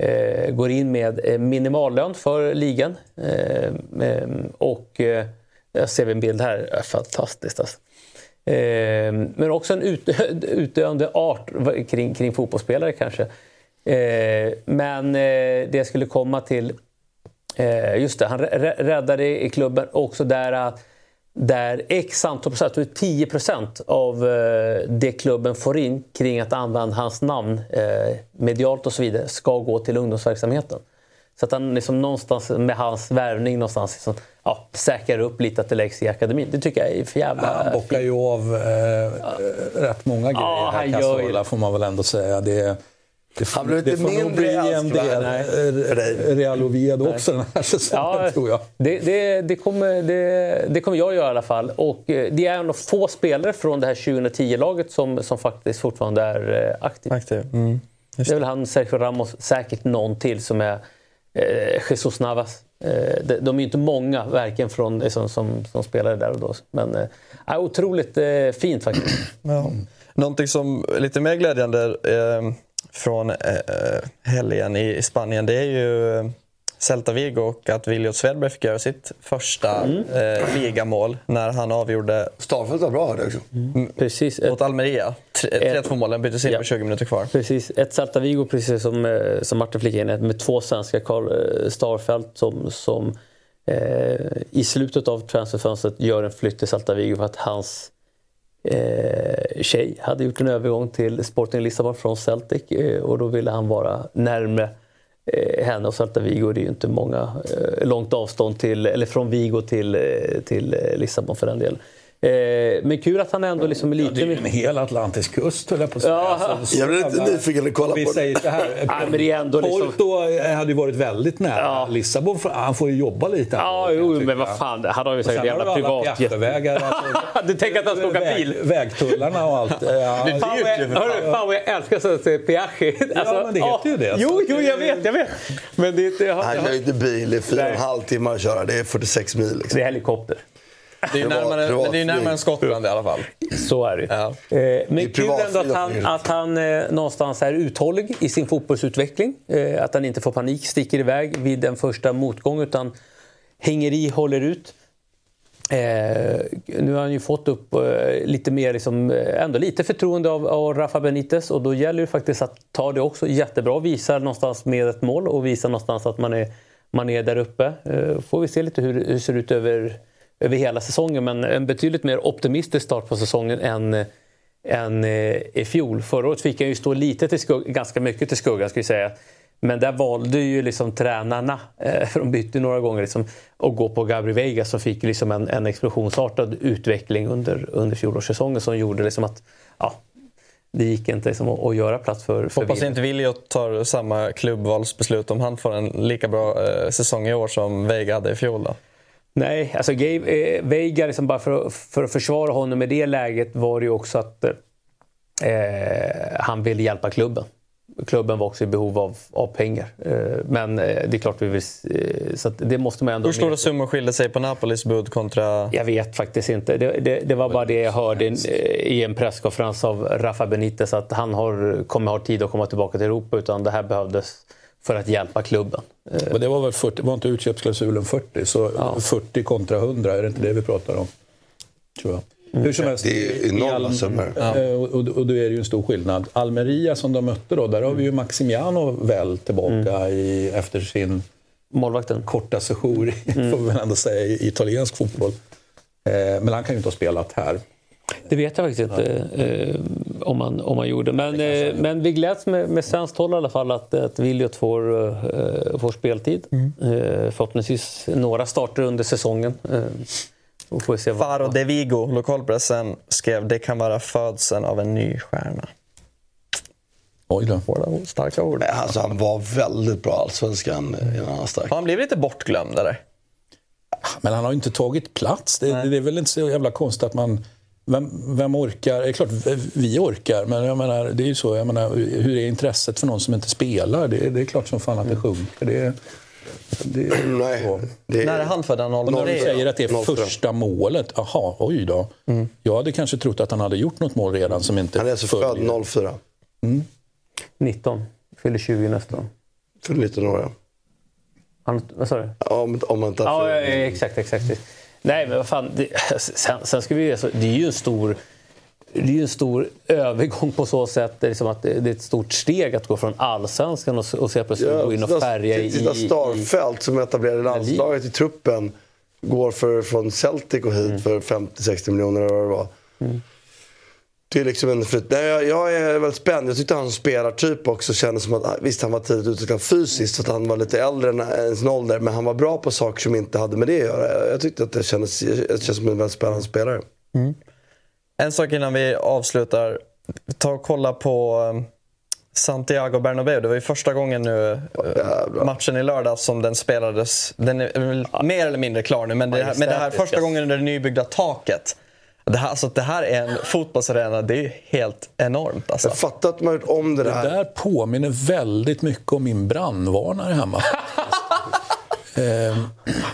eh, går in med eh, minimallön för ligan. Eh, eh, och eh, jag ser en bild här, är fantastiskt alltså. Eh, men också en ut, utdöende art kring, kring fotbollsspelare kanske. Eh, men eh, det jag skulle komma till, eh, just det, han räddade i klubben också där, där x antal procent, tio procent av eh, det klubben får in kring att använda hans namn eh, medialt och så vidare ska gå till ungdomsverksamheten. Så att han liksom någonstans med hans värvning någonstans liksom, ja, säkrar upp lite att det läggs i akademin. Det tycker jag är för jävla... Ja, han bockar ju av eh, ja. rätt många grejer. Ja, här Cazorla får man väl ändå säga. Det, det, han blev det får nog bli en del Real Oviedo också den här säsongen, ja, tror jag. Det, det, det, kommer, det, det kommer jag göra i alla fall. Och det är nog få spelare från det här tjugohundratio-laget som, som faktiskt fortfarande är aktiv. aktiv. Mm. Det är väl han, Sergio Ramos, säkert någon till som är eh, Jesus Navas. Eh, de, de är ju inte många, verken från liksom, som, som spelare där och då. Men eh, otroligt eh, fint faktiskt. Ja. Någonting som är lite mer glädjande eh, från eh, helgen i, i Spanien, det är ju Celta Vigo och att Williot Svedberg fick göra sitt första mm. eh, ligamål när han avgjorde... Startfältet var bra det också. Mm. Precis. Mot Almeria. tre två målen byttes in ja. på tjugo minuter kvar. Precis. Ett Celta Vigo, precis som, som Martin flickade in, med två svenska Carl Starfelt som, som eh, i slutet av transferfönstret gör en flytt till Celta Vigo för att hans eh, tjej hade gjort en övergång till Sporting Lissabon från Celtic eh, och då ville han vara närmare henne och Celta Vigo. Det är ju inte många eh, långt avstånd till, eller från Vigo till, till Lissabon för den delen. Eh, men kul att han ändå liksom är lite... Ja, det är ju en hel Atlantisk kust, höll jag på att säga. Ja. Alltså, jag blir lite nyfiken att kolla vi på det. Säger så här. Ja, men det är ändå liksom... Porto hade ju varit väldigt nära. Ja. Lissabon, han får ju jobba lite. Ja, ändå, jo, men vad fan. Han har ju säkert jävla privat... Jättevägar. Alltså, du tänker att han ska åka väg, bil? Vägtullarna och allt. Ja, det fan, jag, hörru, fan vad jag älskar så att säga Piachi. Alltså, ja, men det heter ja, ju det. Jo, jo, jag vet, jag vet. Men det, det, han kör ju inte bil i fyra och en halv timme att köra. Det är fyrtiosex mil. Liksom. Det är helikopter. Det är ju närmare, men det är ju närmare än Skottland i alla fall. Så är det. Ja. Eh, men kul ändå att han, att han eh, någonstans är uthållig i sin fotbollsutveckling. Eh, att han inte får panik, sticker iväg vid den första motgång utan hänger i, håller ut. Eh, nu har han ju fått upp eh, lite mer, liksom, ändå lite förtroende av, av Rafa Benitez och då gäller det faktiskt att ta det också jättebra. Visa någonstans med ett mål och visa någonstans att man är, man är där uppe. Eh, får vi se lite hur, hur det ser ut över... över hela säsongen, men en betydligt mer optimistisk start på säsongen än, än i fjol. Förra året fick han ju stå lite till skugga, ganska mycket till skugga ska jag säga. Men där valde ju liksom tränarna, eh, för de bytte några gånger liksom, att gå på Gabri Veiga som fick liksom en, en explosionsartad utveckling under, under fjolårssäsongen som gjorde liksom att ja, det gick inte liksom att, att göra plats för, för hoppas inte Williot tar samma klubbvalsbeslut om han får en lika bra eh, säsong i år som Veiga hade i fjol då. Nej, alltså Gabe, eh, Veiga liksom bara för, för att försvara honom i det läget var det ju också att eh, han ville hjälpa klubben. Klubben var också i behov av, av pengar. Eh, men eh, det är klart vi vill... Eh, så att det måste man ändå... Hur stora summor skilde sig på Napolis bud kontra... Jag vet faktiskt inte. Det, det, det var bara det jag hörde i en presskonferens av Rafa Benitez att han har, kommer ha tid att komma tillbaka till Europa utan det här behövdes för att hjälpa klubben. Men det var väl fyrtio, var inte utköpsklausulen fyrtio, så ja. fyrtio kontra hundra, är det inte det vi pratar om? Tror jag. Mm. Hur som helst, det är enorma summor. Ja. Och, och, och då är det ju en stor skillnad. Almeria som de mötte då, där har vi ju Maximiano väl tillbaka mm. i, efter sin målvakten korta sejour, mm. får vi väl ändå säga, i italiensk fotboll. Eh, men han kan ju inte ha spelat här. Det vet jag faktiskt inte eh, om, man, om man gjorde. Men, eh, men vi gläds med, med svenskt håll i alla fall att, att Williot får, eh, får speltid. Mm. Eh, förhoppningsvis några starter under säsongen. Eh, och får se vad... Faro de Vigo, lokalpressen, skrev det kan vara födseln av en ny stjärna. Oj då. Starka ord. Alltså, han var väldigt bra allsvenskan innan han stack. Han blev lite bortglömd eller? Men han har ju inte tagit plats. Det, det är väl inte så jävla konstigt att man... Vem, vem orkar? Det är klart vi orkar, men jag menar, det är ju så, jag menar, hur är intresset för någon som inte spelar? Det, det är klart som fan att det sjunker. Det, det, Nej, det är... När är han född? När du säger att det är första målet, aha, oj då. Mm. Jag hade kanske trott att han hade gjort något mål redan som inte... Han är så född noll fyra. Mm. nitton, fyller tjugo nästan. För nitton år, ja. Han, vad sa du? Ja, om, om man tar ja, för... ja, exakt, exakt. Nej, men vad fan. Det, sen, sen ska vi... Alltså, det är ju en stor... Det är ju en stor övergång på så sätt. Det är, liksom att det är ett stort steg att gå från allsvenskan och, och se plötsligt ja, gå in och färga i... Titta Starfelt som etablerade landslaget i truppen går för, från Celtic och hit mm. för femtio till sextio miljoner eller vad det var. Mm. Det är liksom en flytt. Nej, jag, jag är väldigt spänd. Jag tyckte han spelartyp också kändes som att visst han var tidigt utvecklad fysiskt så att han var lite äldre än sin ålder, men han var bra på saker som inte hade med det att göra. Jag tyckte att det kändes, det kändes som en väldigt spännande spelare. Mm. En sak innan vi avslutar. Ta och kolla på Santiago Bernabéu. Det var ju första gången nu ja, matchen i lördag som den spelades. Den är väl ja. mer eller mindre klar nu, men det här, med det här första gången under det nybyggda taket. Det här, alltså, det här är en fotbollsarena, det är ju helt enormt. Alltså. Jag fattar att man har gjort om det där. Det där påminner väldigt mycket om min brandvarnare hemma. ehm.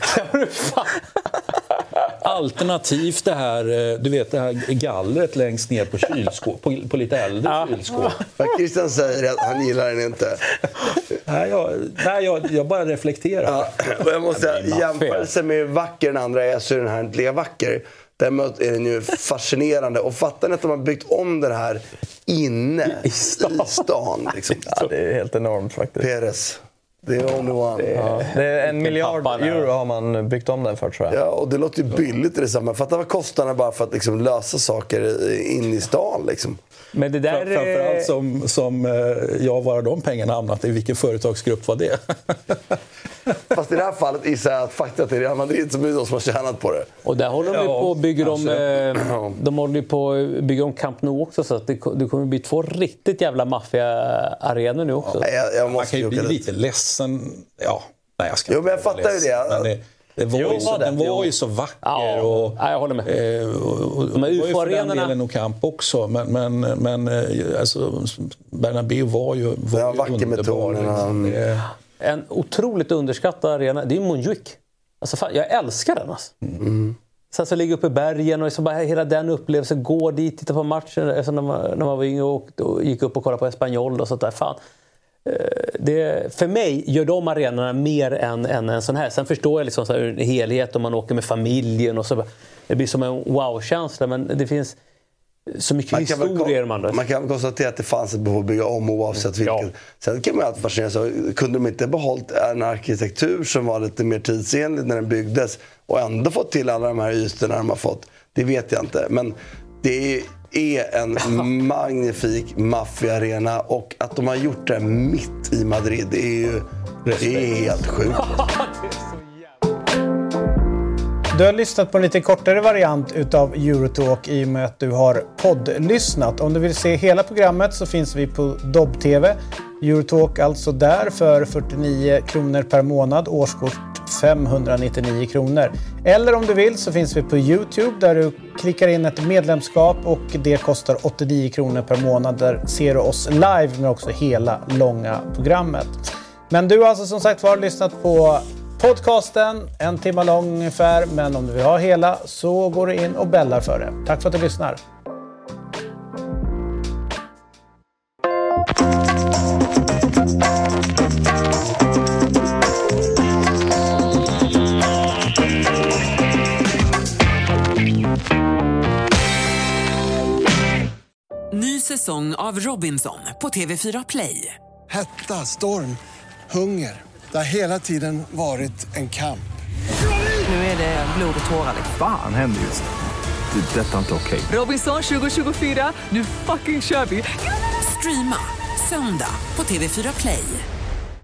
Alternativt det här, du vet det här gallret längst ner på kylskåp, på, på lite äldre ja. kylskåp. Christian säger att han gillar den inte. Nej, jag, nej jag, jag bara reflekterar. Ja, jag måste säga, jämförelse med vacker den andra är så är den här inte lika vacker. Däremot är den ju fascinerande. Och fattar ni att de har byggt om den här inne i stan? I stan liksom. Ja, det är helt enormt faktiskt. Perez. Det är only one. Det är, ja. det är en miljard euro har man byggt om den för, tror jag. Ja, och det låter ju billigt i det samma. Fattar vad kostar bara för att liksom lösa saker in i stan liksom. Men det där framförallt som, som jag var de pengarna hamnat i, vilken företagsgrupp var det? Fast i det här fallet gissar jag att faktiskt att det är Real Madrid som är de som har tjänat på det. Och där håller de ja, på att bygga om, eh, de håller på att bygga om Camp Nou också, så att det, det kommer bli två riktigt jävla maffia-arenor nu också. Ja, jag, jag måste Man kan ju bli lite, lite ledsen. Ja, nej, jag ska jo, men jag fattar ju det. Men det Det var, jo, ju, så, det. Den var jo. ju så vacker ja. och, ja, jag håller med. Eh, och, och, de var ju för den delen och kamp också, men, men, men alltså, Bernabéu var ju, var ja, ju vacker underbar. Med tonen, liksom. det... En otroligt underskattad arena, det är Montjuic. Alltså, fan, jag älskar den alltså. Mm. Sen så ligger uppe i bergen och liksom bara hela den upplevelsen, går dit, titta på matchen alltså när, man, när man var yngre och, och gick upp och kollade på Espanyol och sånt där. Fan. Det, för mig gör de arenorna mer än, än en sån här. Sen förstår jag liksom så här, en helhet om man åker med familjen och så. Det blir som en wow-känsla, men det finns så mycket man historier kan, man, man kan konstatera att det fanns ett behov att bygga om oavsett vilket. Ja. Sen kan man alltid fascinera så kunde de inte behållit en arkitektur som var lite mer tidsenlig när den byggdes och ändå fått till alla de här ytorna de har fått. Det vet jag inte, men det är är en magnifik maffiaarena och att de har gjort det mitt i Madrid, det är ju det är helt sjukt. Du har lyssnat på en lite kortare variant utav Eurotalk i och med att du har poddlyssnat. Om du vill se hela programmet så finns vi på Dobb T V. Eurotalk alltså där för fyrtionio kronor per månad, årskort femhundranittionio kronor. Eller om du vill så finns vi på YouTube där du klickar in ett medlemskap och det kostar åttionio kronor per månad. Där ser du oss live men också hela långa programmet. Men du har alltså som sagt var lyssnat på podcasten, en timme lång ungefär, men om du vill ha hela så går du in och bällar för det. Tack för att du lyssnar. Ny säsong av Robinson på T V fyra Play. Hetta, storm, hunger. Det har hela tiden varit en kamp. Nu är det blod och tårar. Fan händer just det. Det är detta inte okej. Robinson tjugo tjugofyra, nu fucking kör vi. Streama söndag på T V fyra Play.